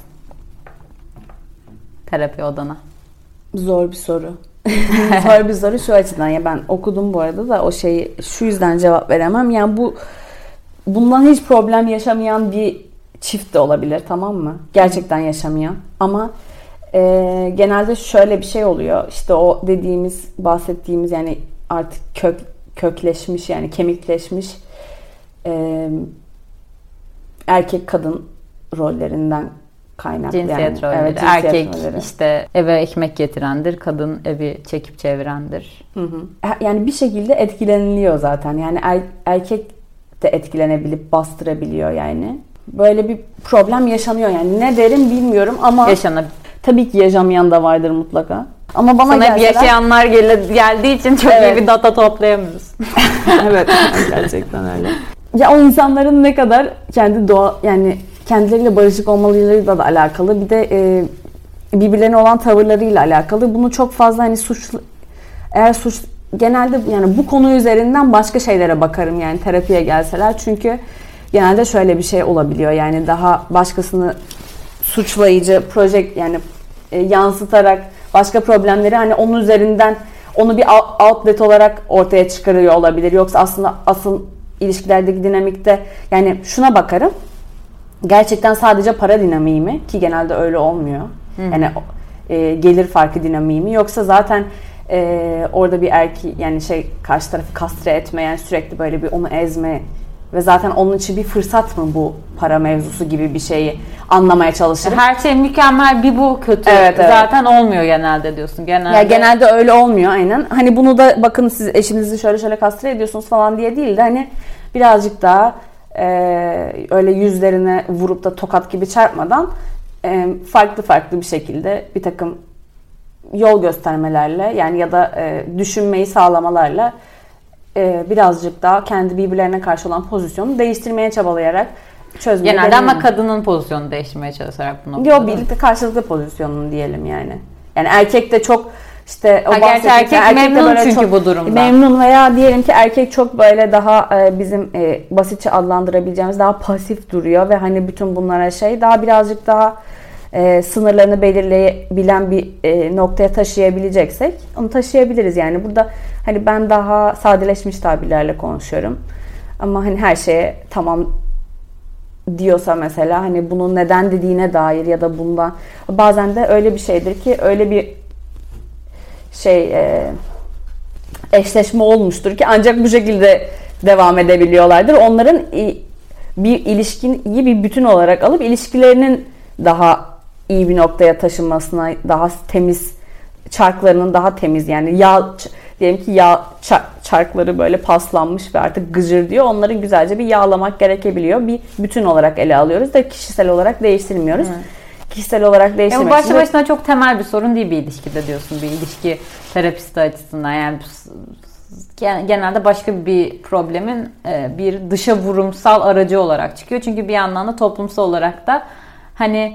Terapi odana. Zor bir soru. Zor bir soru şu açıdan ya ben okudum bu arada da o şeyi şu yüzden cevap veremem. Yani bu bundan hiç problem yaşamayan bir çift de olabilir, tamam mı? Gerçekten yaşamayan ama e, genelde şöyle bir şey oluyor. İşte o dediğimiz, bahsettiğimiz yani artık kök kökleşmiş yani kemikleşmiş e, erkek kadın rollerinden kaynaklı. Cinsiyet yani. rolleri. Evet, cinsiyet erkek rolleri. işte eve ekmek getirendir, kadın evi çekip çevirendir. Hı hı. Yani bir şekilde etkileniliyor zaten. Yani er, erkek de etkilenebilip bastırabiliyor yani. Böyle bir problem yaşanıyor yani. Ne derim bilmiyorum ama Yaşanabilir. tabii ki yaşamayan da vardır mutlaka. Ama bana Sana hep gelseler... yaşayanlar gel- geldiği için çok Evet. iyi bir data toplayamıyoruz. Evet, gerçekten öyle. Ya o insanların ne kadar kendi doğa yani kendileriyle barışık olmalarıyla da alakalı. Bir de e, birbirlerine olan tavırlarıyla alakalı. Bunu çok fazla hani suçlu eğer suç genelde yani bu konu üzerinden başka şeylere bakarım yani terapiye gelseler. Çünkü genelde şöyle bir şey olabiliyor. Yani daha başkasını suçlayıcı, proje yani e, yansıtarak başka problemleri hani onun üzerinden onu bir outlet olarak ortaya çıkarıyor olabilir. Yoksa aslında asıl ilişkilerdeki dinamikte yani şuna bakarım. Gerçekten sadece para dinamiği mi? Ki genelde öyle olmuyor. Hı. Yani e, gelir farkı dinamiği mi? Yoksa zaten e, orada bir erki yani şey karşı tarafı kastre etme yani sürekli böyle bir onu ezme Ve zaten onun için bir fırsat mı bu para mevzusu gibi bir şeyi anlamaya çalışırım. Her şey mükemmel, bir bu kötü. Evet, evet. Zaten olmuyor genelde diyorsun. Genelde. Ya genelde öyle olmuyor aynen. Hani bunu da bakın siz eşinizi şöyle şöyle kastre ediyorsunuz falan diye değil de hani birazcık daha e, öyle yüzlerine vurup da tokat gibi çarpmadan e, farklı farklı bir şekilde bir takım yol göstermelerle yani ya da e, düşünmeyi sağlamalarla e, birazcık daha kendi birbirlerine karşı olan pozisyonu değiştirmeye çabalayarak çözmeye genelde deneyelim. ama kadının pozisyonunu değiştirmeye çalışarak bu noktada. Yok, birlikte karşılıklı pozisyonunu diyelim yani. Yani erkek de çok işte o ha, gerçi erkek, erkek memnun çünkü çok bu durumda. Memnun veya diyelim ki erkek çok böyle daha e, bizim e, basitçe adlandırabileceğimiz daha pasif duruyor ve hani bütün bunlara şey daha birazcık daha e, sınırlarını belirleyebilen bir e, noktaya taşıyabileceksek onu taşıyabiliriz yani. Burada hani ben daha sadeleşmiş tabirlerle konuşuyorum. Ama hani her şeye tamam diyorsa mesela hani bunun neden dediğine dair ya da bundan bazen de öyle bir şeydir ki öyle bir şey e, eşleşme olmuştur ki ancak bu şekilde devam edebiliyorlardır. Onların bir ilişkiyi bir bütün olarak alıp ilişkilerinin daha iyi bir noktaya taşınmasına, daha temiz çarklarının daha temiz yani yağ diyelim ki yağ çarkları böyle paslanmış ve artık gıcır diyor. Onları güzelce bir yağlamak gerekebiliyor. Bir bütün olarak ele alıyoruz da kişisel olarak değiştirmiyoruz. Hı. Kişisel olarak değiştirmek. Yani başlı başına çok temel bir sorun değil bir ilişkide diyorsun. Bir ilişki terapisti açısından yani genelde başka bir problemin bir dışa vurumsal aracı olarak çıkıyor. Çünkü bir yandan da toplumsal olarak da hani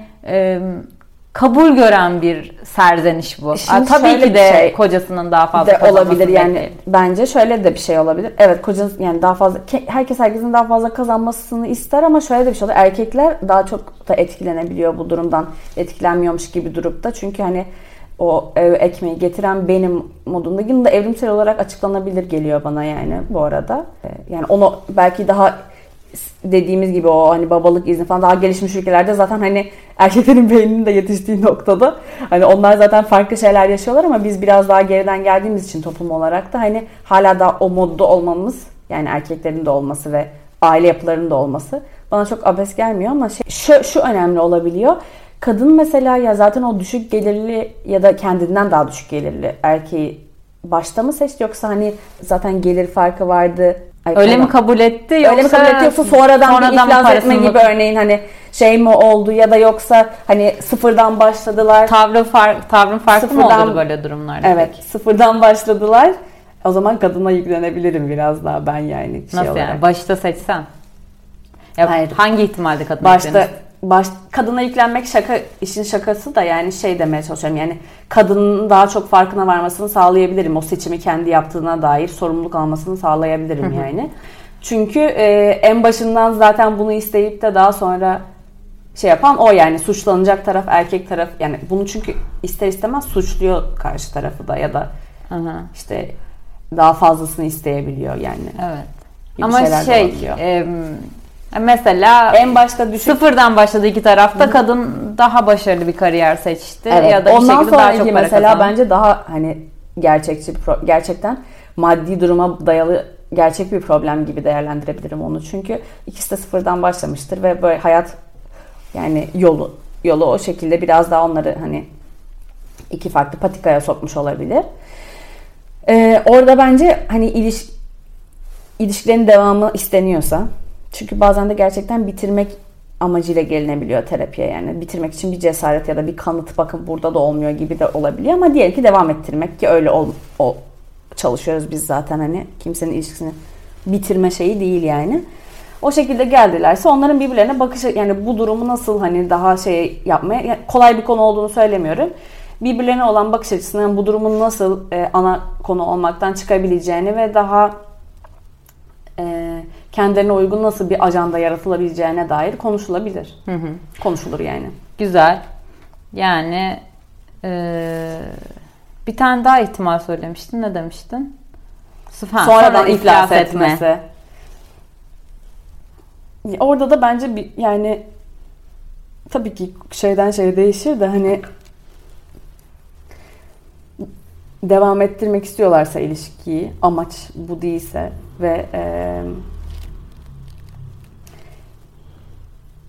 kabul gören bir serzeniş bu. Aa, tabii ki de şey, kocasının daha fazla de olabilir yani bekleyin. Bence şöyle de bir şey olabilir. Evet kocanız yani daha fazla herkes herkesin daha fazla kazanmasını ister ama şöyle de bir şey oluyor. Erkekler daha çok da etkilenebiliyor bu durumdan. Etkilenmiyormuş gibi durup da çünkü hani o ev ekmeği getiren benim modunda yine de evrimsel olarak açıklanabilir geliyor bana yani bu arada. Yani onu belki daha dediğimiz gibi o hani babalık izni falan daha gelişmiş ülkelerde zaten hani erkeklerin beyninin de yetiştiği noktada hani onlar zaten farklı şeyler yaşıyorlar ama biz biraz daha geriden geldiğimiz için toplum olarak da hani hala da o modda olmamız yani erkeklerin de olması ve aile yapılarının da olması bana çok abes gelmiyor ama şey, şu, şu önemli olabiliyor. Kadın mesela ya zaten o düşük gelirli ya da kendinden daha düşük gelirli erkeği başta mı seçti yoksa hani zaten gelir farkı vardı. Ay, öyle pardon. mi kabul etti yoksa öyle mi kabul etti yoksa sonradan, sonradan bir iflas etme gibi örneğin hani şey mi oldu ya da yoksa hani sıfırdan başladılar. Tavrı fark tavrın farklı sıfırdan, mı oldu böyle durumlarda? Evet, peki? Sıfırdan başladılar. O zaman kadına yüklenebilirim biraz daha ben yani şey nasıl olarak. Yani? Başta seçsen. Ya hayır. Hangi ihtimalde kadına başta yüklenirsin? Baş, kadına yüklenmek şaka işin şakası da yani şey demeye çalışıyorum yani kadının daha çok farkına varmasını sağlayabilirim. O seçimi kendi yaptığına dair sorumluluk almasını sağlayabilirim hı hı. yani. Çünkü e, en başından zaten bunu isteyip de daha sonra şey yapan o yani suçlanacak taraf erkek taraf yani bunu çünkü ister istemez suçluyor karşı tarafı da ya da hı hı. işte daha fazlasını isteyebiliyor yani. Evet. Ama şey e, mesela en başta düşük sıfırdan başladı iki tarafta hı. kadın daha başarılı bir kariyer seçti evet. ya da bir ondan şekilde daha çok para mesela kazandı. Bence daha hani gerçekçi gerçekten maddi duruma dayalı gerçek bir problem gibi değerlendirebilirim onu. Çünkü ikisi de sıfırdan başlamıştır ve böyle hayat yani yolu yolu o şekilde biraz daha onları hani iki farklı patikaya sokmuş olabilir. Ee, orada bence hani iliş, ilişkilerin devamı isteniyorsa çünkü bazen de gerçekten bitirmek amacıyla gelinebiliyor terapiye yani. Bitirmek için bir cesaret ya da bir kanıt bakın burada da olmuyor gibi de olabiliyor ama diyelim ki devam ettirmek ki öyle ol, ol çalışıyoruz biz zaten hani kimsenin ilişkisini bitirme şeyi değil yani. O şekilde geldilerse onların birbirlerine bakışı yani bu durumu nasıl hani daha şey yapmaya yani kolay bir konu olduğunu söylemiyorum. Birbirlerine olan bakış açısından bu durumun nasıl e, ana konu olmaktan çıkabileceğini ve daha e, kendilerine uygun nasıl bir ajanda yaratılabileceğine dair konuşulabilir. Hı hı. Konuşulur yani. Güzel. Yani e, bir tane daha ihtimal söylemiştin. Ne demiştin? Ha, Sonradan sonra iflas etme. etmesi. Orada da bence bir, yani tabii ki şeyden şeye değişir de hani devam ettirmek istiyorlarsa ilişkiyi, amaç bu değilse ve e, kendilerine uygun nasıl bir ajanda yaratılabileceğine dair konuşulabilir. Hı hı. Konuşulur yani. Güzel. Yani e, bir tane daha ihtimal söylemiştin. Ne demiştin? Ha, sonradan iflas etme. Orada da bence bir, yani tabii ki şeyden şeye değişir de hani devam ettirmek istiyorlarsa ilişkiyi, amaç bu değilse ve e,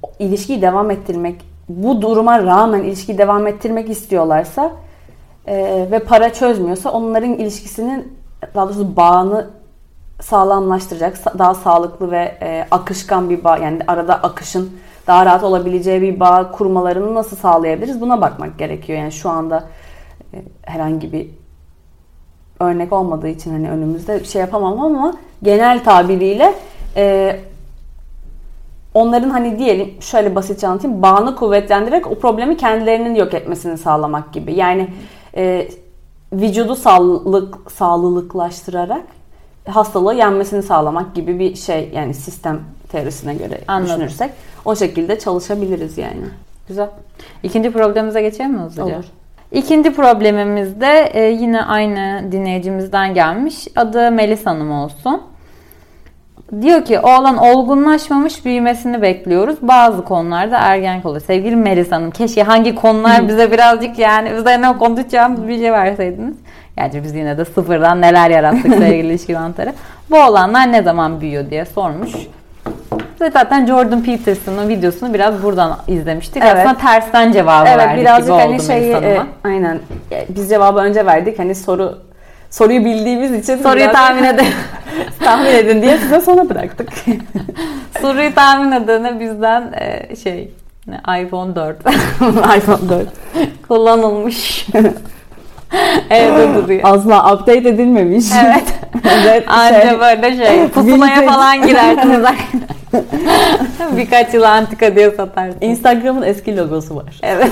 ilişkiyi devam ettirmek, bu duruma rağmen ilişkiyi devam ettirmek istiyorlarsa e, ve para çözmüyorsa onların ilişkisinin, daha doğrusu bağını sağlamlaştıracak, daha sağlıklı ve e, akışkan bir bağ, yani arada akışın daha rahat olabileceği bir bağ kurmalarını nasıl sağlayabiliriz? Buna bakmak gerekiyor. Yani şu anda e, herhangi bir örnek olmadığı için hani önümüzde bir şey yapamam ama genel tabiriyle e, onların hani diyelim, şöyle basitçe anlatayım, bağını kuvvetlendirerek o problemi kendilerinin yok etmesini sağlamak gibi. Yani e, vücudu sağlık, sağlıklaştırarak hastalığı yenmesini sağlamak gibi bir şey, yani sistem teorisine göre Anladım. Düşünürsek o şekilde çalışabiliriz yani. Güzel. İkinci problemimize geçelim mi hızlıca? Olur. İkinci problemimiz de e, yine aynı dinleyicimizden gelmiş. Adı Melis Hanım olsun. Diyor ki oğlan olgunlaşmamış, büyümesini bekliyoruz. Bazı konularda ergenlik oluyor. Sevgili Melis Hanım, keşke hangi konular bize birazcık yani üzerine konuşacağımız bir şey verseydiniz. Gerçi biz yine de sıfırdan neler yarattık sevgili ilişki mantarı. Bu oğlanlar ne zaman büyüyor diye sormuş. Ve zaten Jordan Peterson'ın videosunu biraz buradan izlemiştik. Evet. Aslında tersten cevabı evet, verdik birazcık gibi hani oldu şeyi, Melis Hanım'a. E, aynen. Biz cevabı önce verdik. Hani soru soruyu bildiğimiz için soruyu tahmin edin. tahmin edin diye size sona bıraktık. Soruyu tahmin edene bizden e, şey iPhone dört. iPhone dört kullanılmış. Evde duruyor. Asla update edilmemiş. Evet. Evet. Anca şey, böyle şey pusulaya falan girersiniz. Birkaç yıl antika diye satarsınız. Instagram'ın eski logosu var. Evet.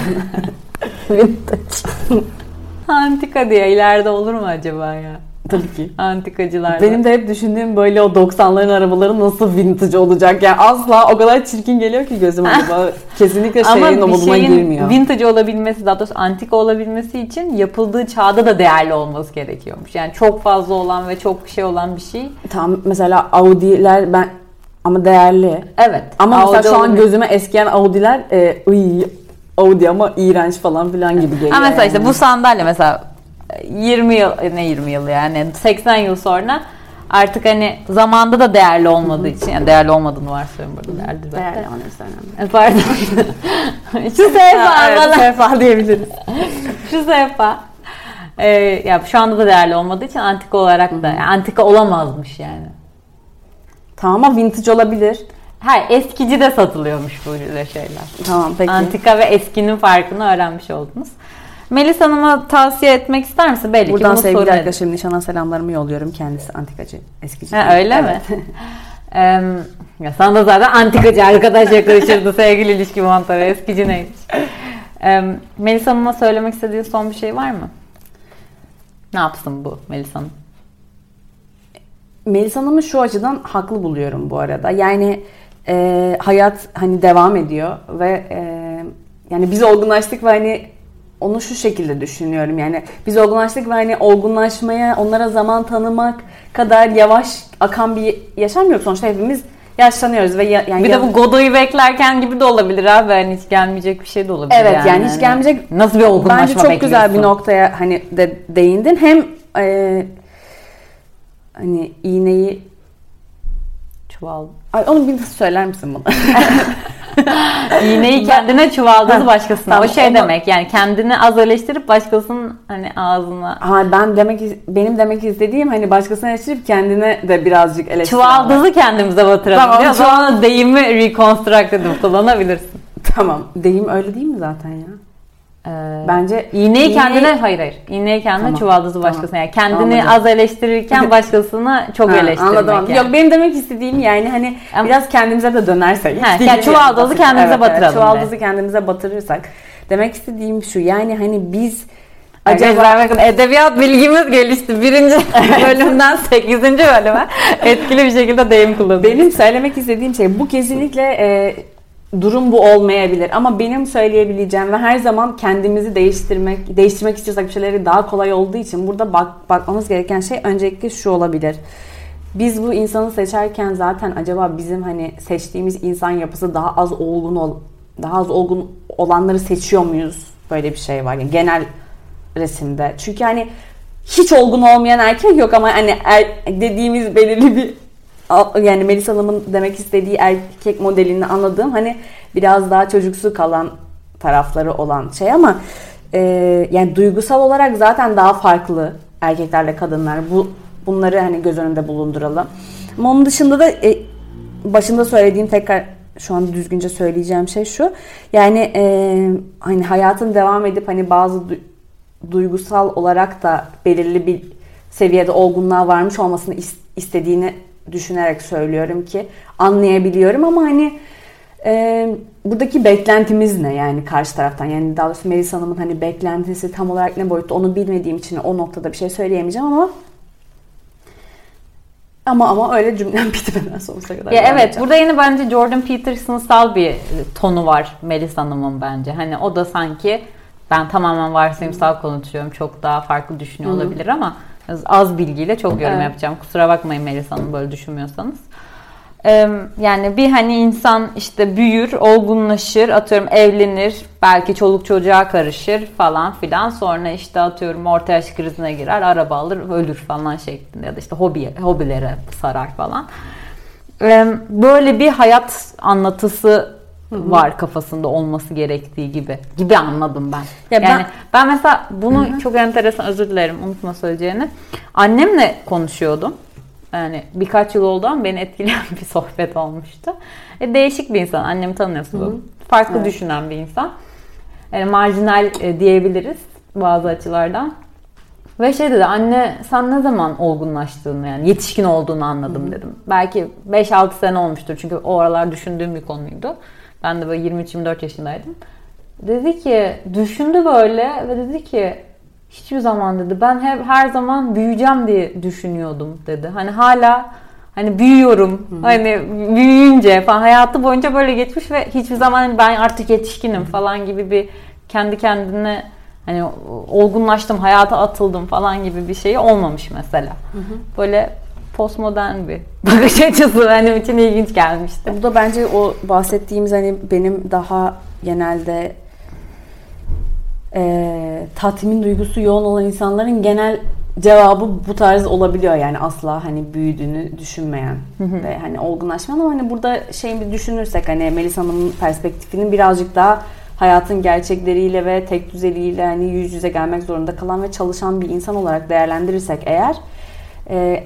Antika diye ileride olur mu acaba ya? Tabii ki. Antikacılar. Benim de hep düşündüğüm böyle o doksanların arabaları nasıl vintage olacak. Yani asla o kadar çirkin geliyor ki gözüme. Kesinlikle şeyin o moduna girmiyor. Vintage olabilmesi, daha doğrusu antika olabilmesi için yapıldığı çağda da değerli olması gerekiyormuş. Yani çok fazla olan ve çok şey olan bir şey. Tam mesela Audi'ler ben ama değerli. Evet. Ama Audi mesela şu an olabilir. gözüme eskiyen Audi'ler e, ıy, Audi ama iğrenç falan filan gibi geliyor. Ha mesela yani. işte bu sandalye mesela yirmi yıl, ne yirmi yıl yani seksen yıl sonra artık hani zamanda da değerli olmadığı için, yani değerli olmadığını varsayıyorum burada. Değerli, değerli ama neyse önemli. Pardon. Şu sehpa evet, bana. sehpa diyebiliriz. Şu sehpa. Ee, ya şu anda da değerli olmadığı için antika olarak da yani antika olamazmış yani. Tamam ama vintage olabilir. Hayır, eskici de satılıyormuş böyle şeyler. Tamam peki. Antika ve eskinin farkını öğrenmiş oldunuz. Melis Hanım'a tavsiye etmek ister misin? Belli Buradan ki sevgili sorun arkadaşım Nişan'a selamlarımı yolluyorum. Kendisi antikacı, eskici. Ha, öyle evet. mi? ee, ya sana da zaten antikacı arkadaş yaklaşırdı sevgili ilişki mantarı. Eskici neymiş? Ee, Melis Hanım'a söylemek istediğin son bir şey var mı? Ne yapsın bu Melis Hanım? Melis Hanım'ı şu açıdan haklı buluyorum bu arada. Yani e, hayat hani devam ediyor ve e, yani biz olgunlaştık ve hani onu şu şekilde düşünüyorum. Yani biz olgunlaştık ve hani olgunlaşmaya, onlara zaman tanımak kadar yavaş akan bir yaşam yok. Sonuçta hepimiz yaşlanıyoruz ve ya, yani bir de bu Godot'u beklerken gibi de olabilir abi. Yani hiç gelmeyecek bir şey de olabilir. Evet yani, yani hiç gelmeyecek. Nasıl bir olgunlaşma bence çok bekliyorsun? güzel bir noktaya hani de değindin. Hem e, hani iğneyi çuval. Ay onu bir söyler misin bana? İğneyi kendine, çuvaldızı başkasına. Tamam, o şey onu... demek yani kendini az eleştirip başkasının hani ağzına. Ha ben demek benim demek istediğim hani başkasına eleştirip kendine de birazcık eleştirmek. Çuvaldızı kendimize batıralım. Tamam, o zaman deyimi reconstruct edip kullanabilirsin. Tamam. Deyim öyle değil mi zaten ya? Ee, Bence iğneyi kendine hayır hayır. İğneyi kendine, tamam, çuvaldızı başkasına. Tamam. Yani kendini anladım. Az eleştirirken başkasını çok ha, eleştirmek. Anladım. Yani. Yok benim demek istediğim yani hani ama, biraz kendimize de dönersek. Ha, yani çuvaldızı yani. Kendimize evet, batıralım. Evet, çuvaldızı de. Kendimize batırırsak. Demek istediğim şu yani hani biz acaba bakın edebiyat bilgimiz gelişti. Birinci bölümden sekizinci bölüme etkili bir şekilde deyim kullanıyoruz. Benim söylemek istediğim şey bu kesinlikle e, durum bu olmayabilir ama benim söyleyebileceğim ve her zaman kendimizi değiştirmek değiştirmek istiyorsak bir şeyleri daha kolay olduğu için burada bak, bakmamız gereken şey öncelikle şu olabilir. Biz bu insanı seçerken zaten acaba bizim hani seçtiğimiz insan yapısı daha az olgun ol, daha az olgun olanları seçiyor muyuz? Böyle bir şey var yani genel resimde. Çünkü hani hiç olgun olmayan erkek yok ama hani er, dediğimiz belirli bir yani Melis Hanım'ın demek istediği erkek modelini anladığım hani biraz daha çocuksu kalan tarafları olan şey ama e, yani duygusal olarak zaten daha farklı erkeklerle kadınlar. Bu bunları hani göz önünde bulunduralım. Ama onun dışında da e, başında söylediğim, tekrar şu an düzgünce söyleyeceğim şey şu. Yani e, hani hayatın devam edip hani bazı du- duygusal olarak da belirli bir seviyede olgunluğa varmış olmasını is- istediğini düşünerek söylüyorum ki anlayabiliyorum ama hani e, buradaki beklentimiz ne yani karşı taraftan, yani daha doğrusu Melis Hanım'ın hani beklentisi tam olarak ne boyutta onu bilmediğim için o noktada bir şey söyleyemeyeceğim ama ama ama öyle cümlem bitmeden sonsuza kadar. Ya evet, burada yine bence Jordan Peterson'sal bir tonu var Melis Hanım'ın bence. Hani o da sanki ben tamamen varsayımsal konuşuyorum, çok daha farklı düşünüyor Hı-hı. olabilir ama az bilgiyle çok yorum evet. yapacağım. Kusura bakmayın Melis Hanım böyle düşünmüyorsanız. Yani bir hani insan işte büyür, olgunlaşır, atıyorum evlenir, belki çoluk çocuğa karışır falan filan. Sonra işte atıyorum orta yaş krizine girer, araba alır, ölür falan şeklinde ya da işte hobi hobilere sarar falan. Böyle bir hayat anlatısı Hı-hı. var kafasında olması gerektiği gibi gibi anladım ben. Ya yani ben, ben mesela bunu Hı-hı. çok enteresan, özür dilerim unutma söyleyeceğini. Annemle konuşuyordum. Yani birkaç yıl oldu ama beni etkileyen bir sohbet olmuştu. E, değişik bir insan. Annemi tanıyorsun. Hı-hı. Farklı evet. düşünen bir insan. Yani marjinal e, diyebiliriz bazı açılardan. Ve şey dedi, anne sen ne zaman olgunlaştığını, yani yetişkin olduğunu anladım Hı-hı. dedim. Belki beş altı sene olmuştur. Çünkü o aralar düşündüğüm bir konuydu. Ben de böyle yirmi üç yirmi dört yaşındaydım. Dedi ki, düşündü böyle ve dedi ki hiçbir zaman dedi ben hep her zaman büyüyeceğim diye düşünüyordum dedi. Hani hala hani büyüyorum. Hı-hı. Hani büyüyünce falan hayatı boyunca böyle geçmiş ve hiçbir zaman ben artık yetişkinim Hı-hı. falan gibi bir kendi kendine hani olgunlaştım, hayata atıldım falan gibi bir şey olmamış mesela. Hı-hı. Böyle postmodern bir bakış açısı benim için ilginç gelmişti. Bu da bence o bahsettiğimiz hani benim daha genelde E, tatmin duygusu yoğun olan insanların genel cevabı bu tarz olabiliyor, yani asla hani büyüdüğünü düşünmeyen hı hı. ve hani olgunlaşmayan, ama hani burada şeyi bir düşünürsek hani Melis Hanım'ın perspektifinin birazcık daha hayatın gerçekleriyle ve tek düzeliğiyle hani yüz yüze gelmek zorunda kalan ve çalışan bir insan olarak değerlendirirsek eğer e,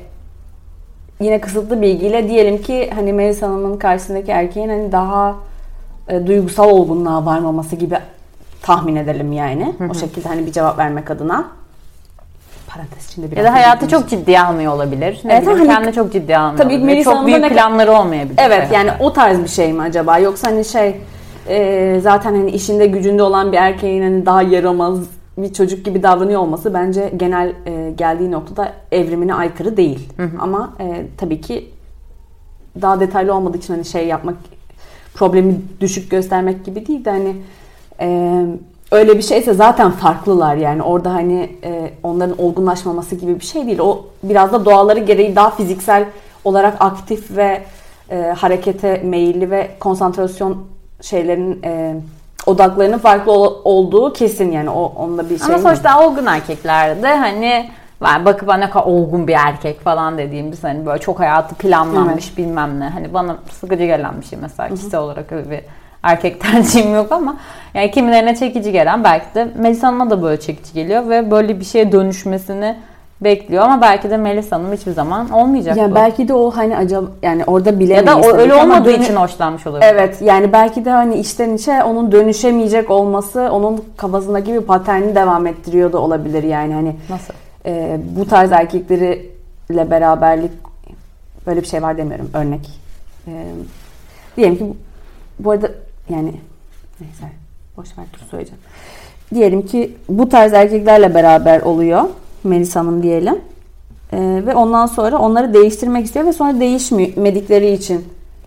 yine kısıtlı bilgiyle diyelim ki hani Melis Hanım'ın karşısındaki erkeğin hani daha e, duygusal olgunluğa varmaması gibi tahmin edelim yani. Hı hı. O şekilde hani bir cevap vermek adına. Parantez içinde biraz. Ya da hayatı çok ciddiye almıyor olabilir. Ne evet, bileyim, hani, kendini çok ciddiye almıyor tabii olabilir. Çok büyük ne... planları olmayabilir. Evet yani o tarz bir şey mi acaba? Yoksa hani şey e, zaten hani işinde gücünde olan bir erkeğin hani daha yaramaz bir çocuk gibi davranıyor olması bence genel e, geldiği noktada evrimine aykırı değil. Hı hı. Ama e, tabii ki daha detaylı olmadığı için hani şey yapmak, problemi düşük göstermek gibi değil de hani Ee, öyle bir şeyse zaten farklılar yani orada hani e, onların olgunlaşmaması gibi bir şey değil. O biraz da doğaları gereği daha fiziksel olarak aktif ve e, harekete meyilli ve konsantrasyon şeylerin e, odaklarının farklı ol, olduğu kesin yani o onunla bir şey. Ama sonuçta olgun erkeklerde hani ben bakıp bana ne kadar olgun bir erkek falan dediğimiz hani böyle çok hayatı planlanmış evet. bilmem ne, hani bana sıkıcı gelen bir şey mesela kişisel olarak öyle bir erkek tercihim yok ama yani kimilerine çekici gelen, belki de Melis Hanım'a da böyle çekici geliyor ve böyle bir şeye dönüşmesini bekliyor ama belki de Melis Hanım hiçbir zaman olmayacak yani bu. Belki de o hani acaba yani orada bilemeyiz. Ya da o öyle olmadığı dönü- için hoşlanmış olabilir. Evet yani belki de hani içten içe onun dönüşemeyecek olması onun kafasındaki bir paterni devam ettiriyor da olabilir yani hani. Nasıl? E, bu tarz erkekleriyle beraberlik, böyle bir şey var demiyorum, örnek. E, diyelim ki bu arada yani neyse boş ver dur söyleyeceğim. Diyelim ki bu tarz erkeklerle beraber oluyor Melis Hanım diyelim. Ee, ve ondan sonra onları değiştirmek istiyor ve sonra değişmedikleri için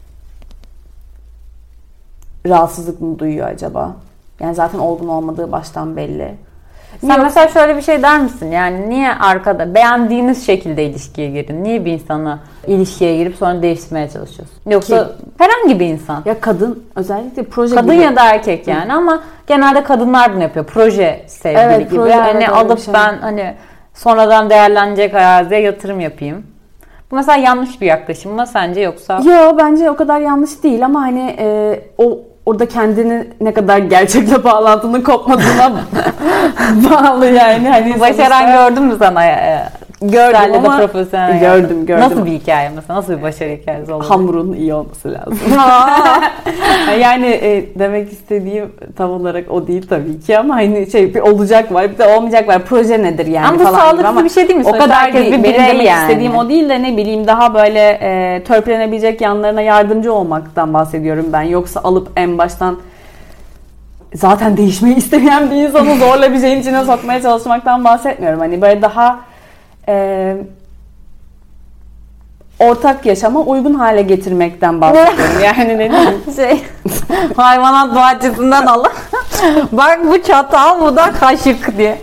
rahatsızlık mı duyuyor acaba? Yani zaten olgun olmadığı baştan belli. Sen Yok. mesela şöyle bir şey der misin? Yani niye arkada beğendiğiniz şekilde ilişkiye girin? Niye bir insanı ilişkiye girip sonra değiştirmeye çalışıyorsun? Yoksa Ki, herhangi bir insan. Ya kadın özellikle proje kadın gibi. ya da erkek yani Hı. ama genelde kadınlar bunu yapıyor. Proje sevgili evet, gibi. Proje, hani evet, alıp şey. ben hani sonradan değerlenecek araziye yatırım yapayım. Bu mesela yanlış bir yaklaşım mı sence yoksa? Yok bence o kadar yanlış değil ama hani e, o orada kendini ne kadar gerçekle bağlantının kopmadığına bağlı yani. Hani Başaran gördün mü sana? Gördüm ama profesyonel gördüm gördüm. Nasıl bir hikaye mesela? Nasıl bir başarı hikayesi oldu? Hamurun iyi olması lazım. Yani e, demek istediğim tam olarak o değil tabii ki ama hani şey bir olacak var bir de olmayacak var. Proje nedir yani ama falan. Ama bu sağlıklı gibi. bir şey değil mi? O kadar herkes değil. Bir Benim demek yani. istediğim o değil de ne bileyim daha böyle e, törpülenebilecek yanlarına yardımcı olmaktan bahsediyorum ben. Yoksa alıp en baştan zaten değişmeyi isteyen bir insanı zorla bir şeyin içine sokmaya çalışmaktan bahsetmiyorum. Hani böyle daha e, ortak yaşama uygun hale getirmekten bahsediyorum. Yani ne diyeyim? Şey, hayvanat bahçesinden al. Bak bu çatal, bu da kaşık diye.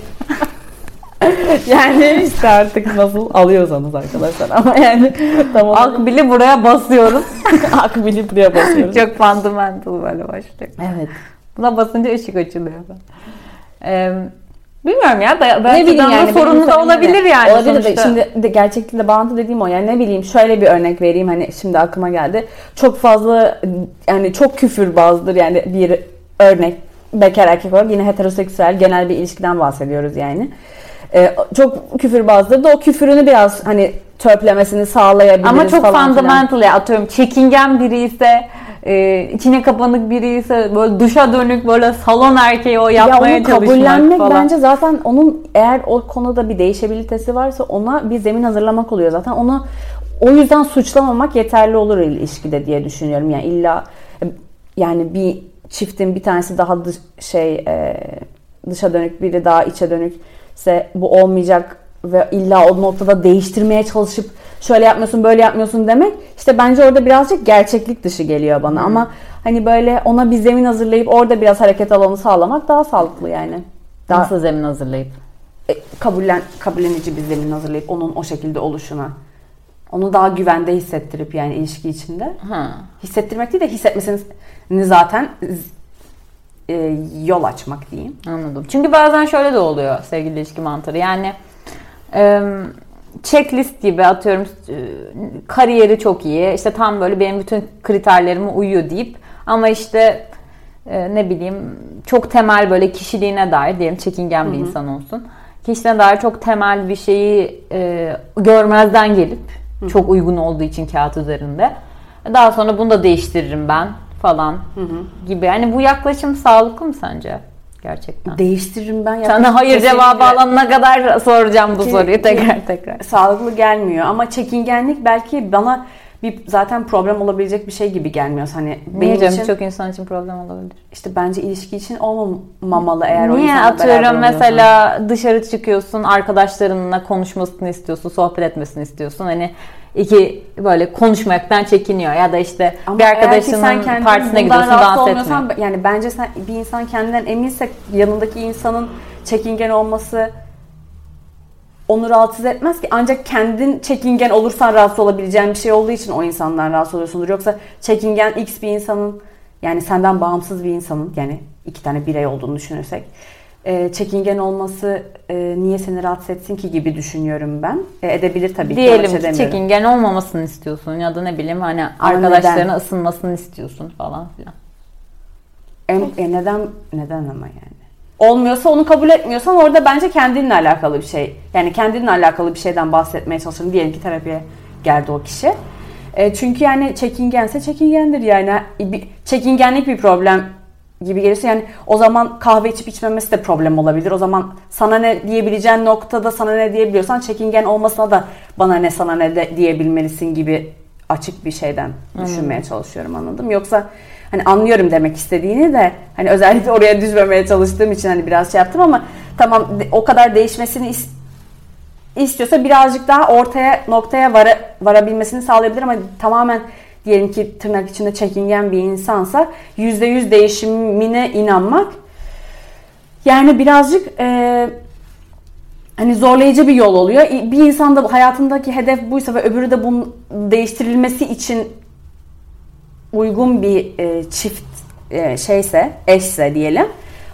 Yani işte artık nasıl alıyorsanız arkadaşlar ama yani tam olarak Akbil'i buraya basıyoruz. akbili buraya basıyoruz. Çok fundamental böyle başlıyor. Evet. Buna basınca ışık açılıyor. Ee, bilmiyorum ya. Da, Ne bileyim yani sorunlu da olabilir de, yani. Olabilir de şimdi de gerçeklikle bağlantı dediğim o yani ne bileyim şöyle bir örnek vereyim hani şimdi aklıma geldi. Çok fazla yani çok küfürbazdır yani bir örnek bekar erkek olarak yine heteroseksüel genel bir ilişkiden bahsediyoruz yani. Ee, çok küfürbazdır da o küfürünü biraz hani törpülemesini sağlayabiliriz ama çok falan fundamental ya atıyorum çekingen biri ise e, içine kapanık biri ise böyle dışa dönük böyle salon erkeği o yapmaya ya çalışmak kabullenmek falan. bence zaten onun eğer o konuda bir değişebilitesi varsa ona bir zemin hazırlamak oluyor zaten onu o yüzden suçlamamak yeterli olur ilişkide diye düşünüyorum yani illa yani bir çiftin bir tanesi daha dış, şey e, dışa dönük biri daha içe dönük ise bu olmayacak ve illa o noktada değiştirmeye çalışıp şöyle yapmıyorsun böyle yapmıyorsun demek işte bence orada birazcık gerçeklik dışı geliyor bana hmm. ama hani böyle ona bir zemin hazırlayıp orada biraz hareket alanı sağlamak daha sağlıklı yani. Daha, Nasıl zemin hazırlayıp? E, kabullen, kabullenici bir zemin hazırlayıp onun o şekilde oluşuna. Onu daha güvende hissettirip yani ilişki içinde. Ha. Hissettirmek değil de hissetmesini zaten e, yol açmak diyeyim. Anladım. Çünkü bazen şöyle de oluyor sevgili ilişki mantarı. Yani e, checklist gibi atıyorum e, kariyeri çok iyi. İşte tam böyle benim bütün kriterlerime uyuyor deyip ama işte e, ne bileyim çok temel böyle kişiliğine dair diyelim çekingen bir Hı-hı. insan olsun. Kişiliğine dair çok temel bir şeyi e, görmezden gelip Hı-hı. çok uygun olduğu için kağıt üzerinde. Daha sonra bunu da değiştiririm ben falan Hı-hı. gibi. Yani bu yaklaşım sağlıklı mı sence? Gerçekten. Değiştiririm ben. Sana hayır cevabı alana kadar soracağım bu ki, soruyu tekrar tekrar. Sağlıklı gelmiyor ama çekingenlik belki bana bir zaten problem olabilecek bir şey gibi gelmiyor. Hani Niye benim canım? için Çok insan için problem olabilir. İşte bence ilişki için olmamalı eğer Niye? o insanla Atıyorum mesela dışarı çıkıyorsun, arkadaşlarınla konuşmasını istiyorsun, sohbet etmesini istiyorsun. Hani iki böyle konuşmaktan çekiniyor ya da işte ama bir arkadaşının partisine gidiyorsun, dans etmiyor. Yani bence sen bir insan kendinden eminse yanındaki insanın çekingen olması onu rahatsız etmez ki. Ancak kendin çekingen olursan rahatsız olabileceğin bir şey olduğu için o insandan rahatsız oluyorsundur. Yoksa çekingen X bir insanın yani senden bağımsız bir insanın yani iki tane birey olduğunu düşünürsek çekingen olması niye seni rahatsız etsin ki gibi düşünüyorum ben. Edebilir tabii ki. Diyelim ki çekingen olmamasını istiyorsun ya da ne bileyim hani arkadaşlarına ısınmasını istiyorsun falan filan. E, e neden neden ama yani? Olmuyorsa onu kabul etmiyorsan orada bence kendinle alakalı bir şey. Yani kendinle alakalı bir şeyden bahsetmeye çalışıyorum. Diyelim ki terapiye geldi o kişi. E, çünkü yani çekingense çekingendir yani. Çekingenlik bir problem gibi gelirse yani o zaman kahve içip içmemesi de problem olabilir. O zaman sana ne diyebileceğin noktada sana ne diyebiliyorsan çekingen olmasına da bana ne sana ne de diyebilmelisin gibi açık bir şeyden düşünmeye hmm. çalışıyorum anladım. Yoksa hani anlıyorum demek istediğini de hani özellikle oraya düşmemeye çalıştığım için hani biraz şey yaptım ama tamam o kadar değişmesini is- istiyorsa birazcık daha ortaya noktaya vara, varabilmesini sağlayabilir ama tamamen diyelim ki tırnak içinde çekingen bir insansa yüzde yüz değişimine inanmak yani birazcık e, hani zorlayıcı bir yol oluyor. Bir insan da hayatındaki hedef buysa ve öbürü de bunun değiştirilmesi için uygun bir e, çift e, şeyse, eşse diyelim.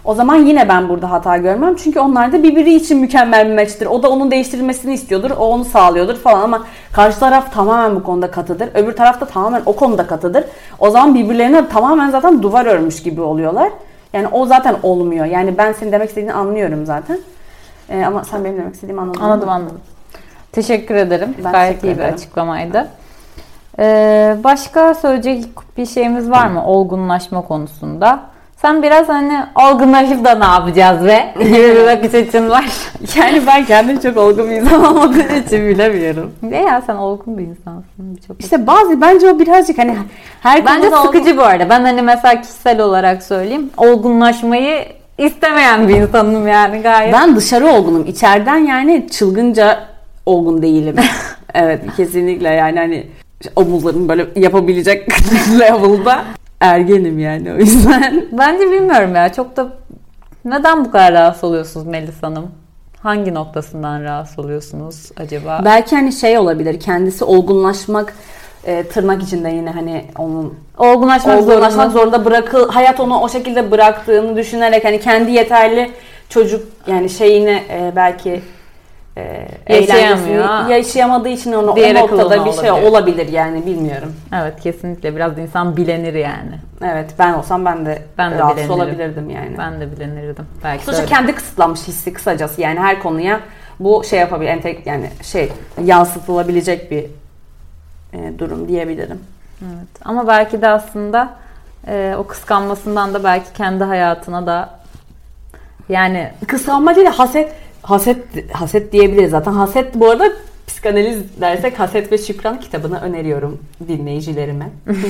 O zaman yine ben burada hata görmem. Çünkü onlar da birbiri için mükemmel bir maçtır. O da onun değiştirilmesini istiyordur. O onu sağlıyordur falan ama karşı taraf tamamen bu konuda katıdır. Öbür taraf da tamamen o konuda katıdır. O zaman birbirlerine tamamen zaten duvar örmüş gibi oluyorlar. Yani o zaten olmuyor. Yani ben senin demek istediğini anlıyorum zaten. Ee, ama sen benim demek istediğimi anladın mı? Anladım anladım. Teşekkür ederim. Ben Gayet teşekkür iyi bir ederim. açıklamaydı. Ee, başka söyleyecek bir şeyimiz var mı olgunlaşma konusunda? Sen biraz hani olgunlaşıp da ne yapacağız be gibi bir bakış açın var. Yani ben kendim çok olgun bir insan olmadığım için bilemiyorum. Ne ya sen olgun bir insansın. Çok İşte bazı bence o birazcık hani her Bence konuda sıkıcı olgun- bu arada. Ben hani mesela kişisel olarak söyleyeyim. Olgunlaşmayı istemeyen bir insanım yani gayet. Ben dışarı olgunum. İçeriden yani çılgınca olgun değilim. Evet kesinlikle yani hani omuzlarımı böyle yapabilecek level'da ergenim yani o yüzden. Bence bilmiyorum ya. Çok da neden bu kadar rahatsız oluyorsunuz Melis Hanım? Hangi noktasından rahatsız oluyorsunuz acaba? Belki hani şey olabilir. Kendisi olgunlaşmak e, tırnak içinde yine hani onun Olgunlaşmak, olgunlaşmak zorunda. zorunda bırakıl hayat onu o şekilde bıraktığını düşünerek hani kendi yeterli çocuk yani şeyini e, e, Yaşayamıyor. eğlencesini yaşayamadığı için onu o Diğer noktada akıllı bir şey olabilir. olabilir yani bilmiyorum. Evet kesinlikle biraz insan bilenir yani. Evet ben olsam ben de Ben de rahatsız bilenirim. olabilirdim yani. Ben de bilenirdim. Belki Sonuçta öyle. kendi kısıtlanmış hissi kısacası yani her konuya bu şey yapabilir entek yani şey yansıtılabilecek bir e, durum diyebilirim. Evet. Ama belki de aslında e, o kıskanmasından da belki kendi hayatına da yani Kıskanma değil de haset haset haset diyebiliriz zaten. Haset bu arada psikanaliz dersek Haset ve Şükran kitabını öneriyorum dinleyicilerime.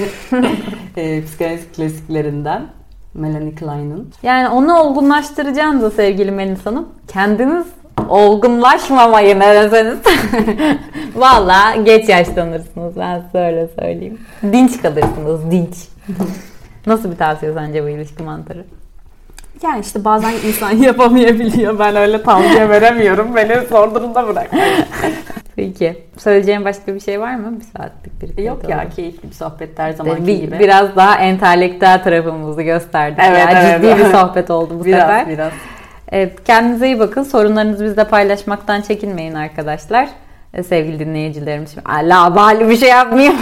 e, psikanaliz klasiklerinden Melanie Klein'ın. yani onu olgunlaştıracağınızda sevgili Melis Hanım kendiniz olgunlaşmamayı deneseniz valla geç yaşlanırsınız ben size öyle söyleyeyim. Dinç kalırsınız dinç. Nasıl bir tavsiye sence bu ilişki mantarı? Yani işte bazen insan yapamayabiliyor. Ben öyle tavsiye veremiyorum. Beni zor durumda bırak. Peki. Söyleyeceğin başka bir şey var mı? Bir saatlik bir Yok ya keyifli bir sohbet her zamanki bir, gibi. Biraz daha entelektüel tarafımızı gösterdik. Evet, ya. evet, Ciddi evet. bir sohbet oldu bu biraz, sefer. Biraz Evet, kendinize iyi bakın. Sorunlarınızı bizle paylaşmaktan çekinmeyin arkadaşlar. Ee, sevgili dinleyicilerim. Şimdi Allah bali bir şey yapmayayım.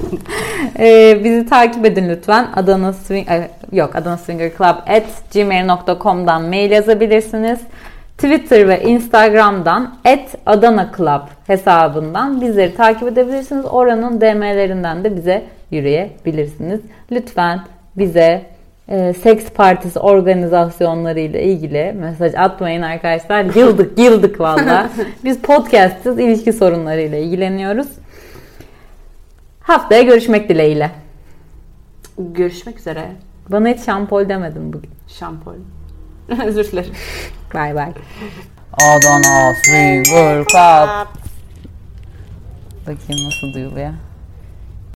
ee, bizi takip edin lütfen. Adana Swing e, yok Adana Swinger Club at gmail nokta com'dan mail yazabilirsiniz. Twitter ve Instagram'dan at Adana Club hesabından bizleri takip edebilirsiniz. Oranın D M'lerinden de bize yürüyebilirsiniz. Lütfen bize e, seks partisi organizasyonları ile ilgili mesaj atmayın arkadaşlar. Yıldık yıldık valla. Biz podcast'ız, ilişki sorunları ile ilgileniyoruz. Haftaya görüşmek dileğiyle. görüşmek üzere. Bana hiç şampol demedin bugün. Şampol. Özür dilerim. Bye bye. Adana Swinger Club. Bakayım nasıl duyuluyor.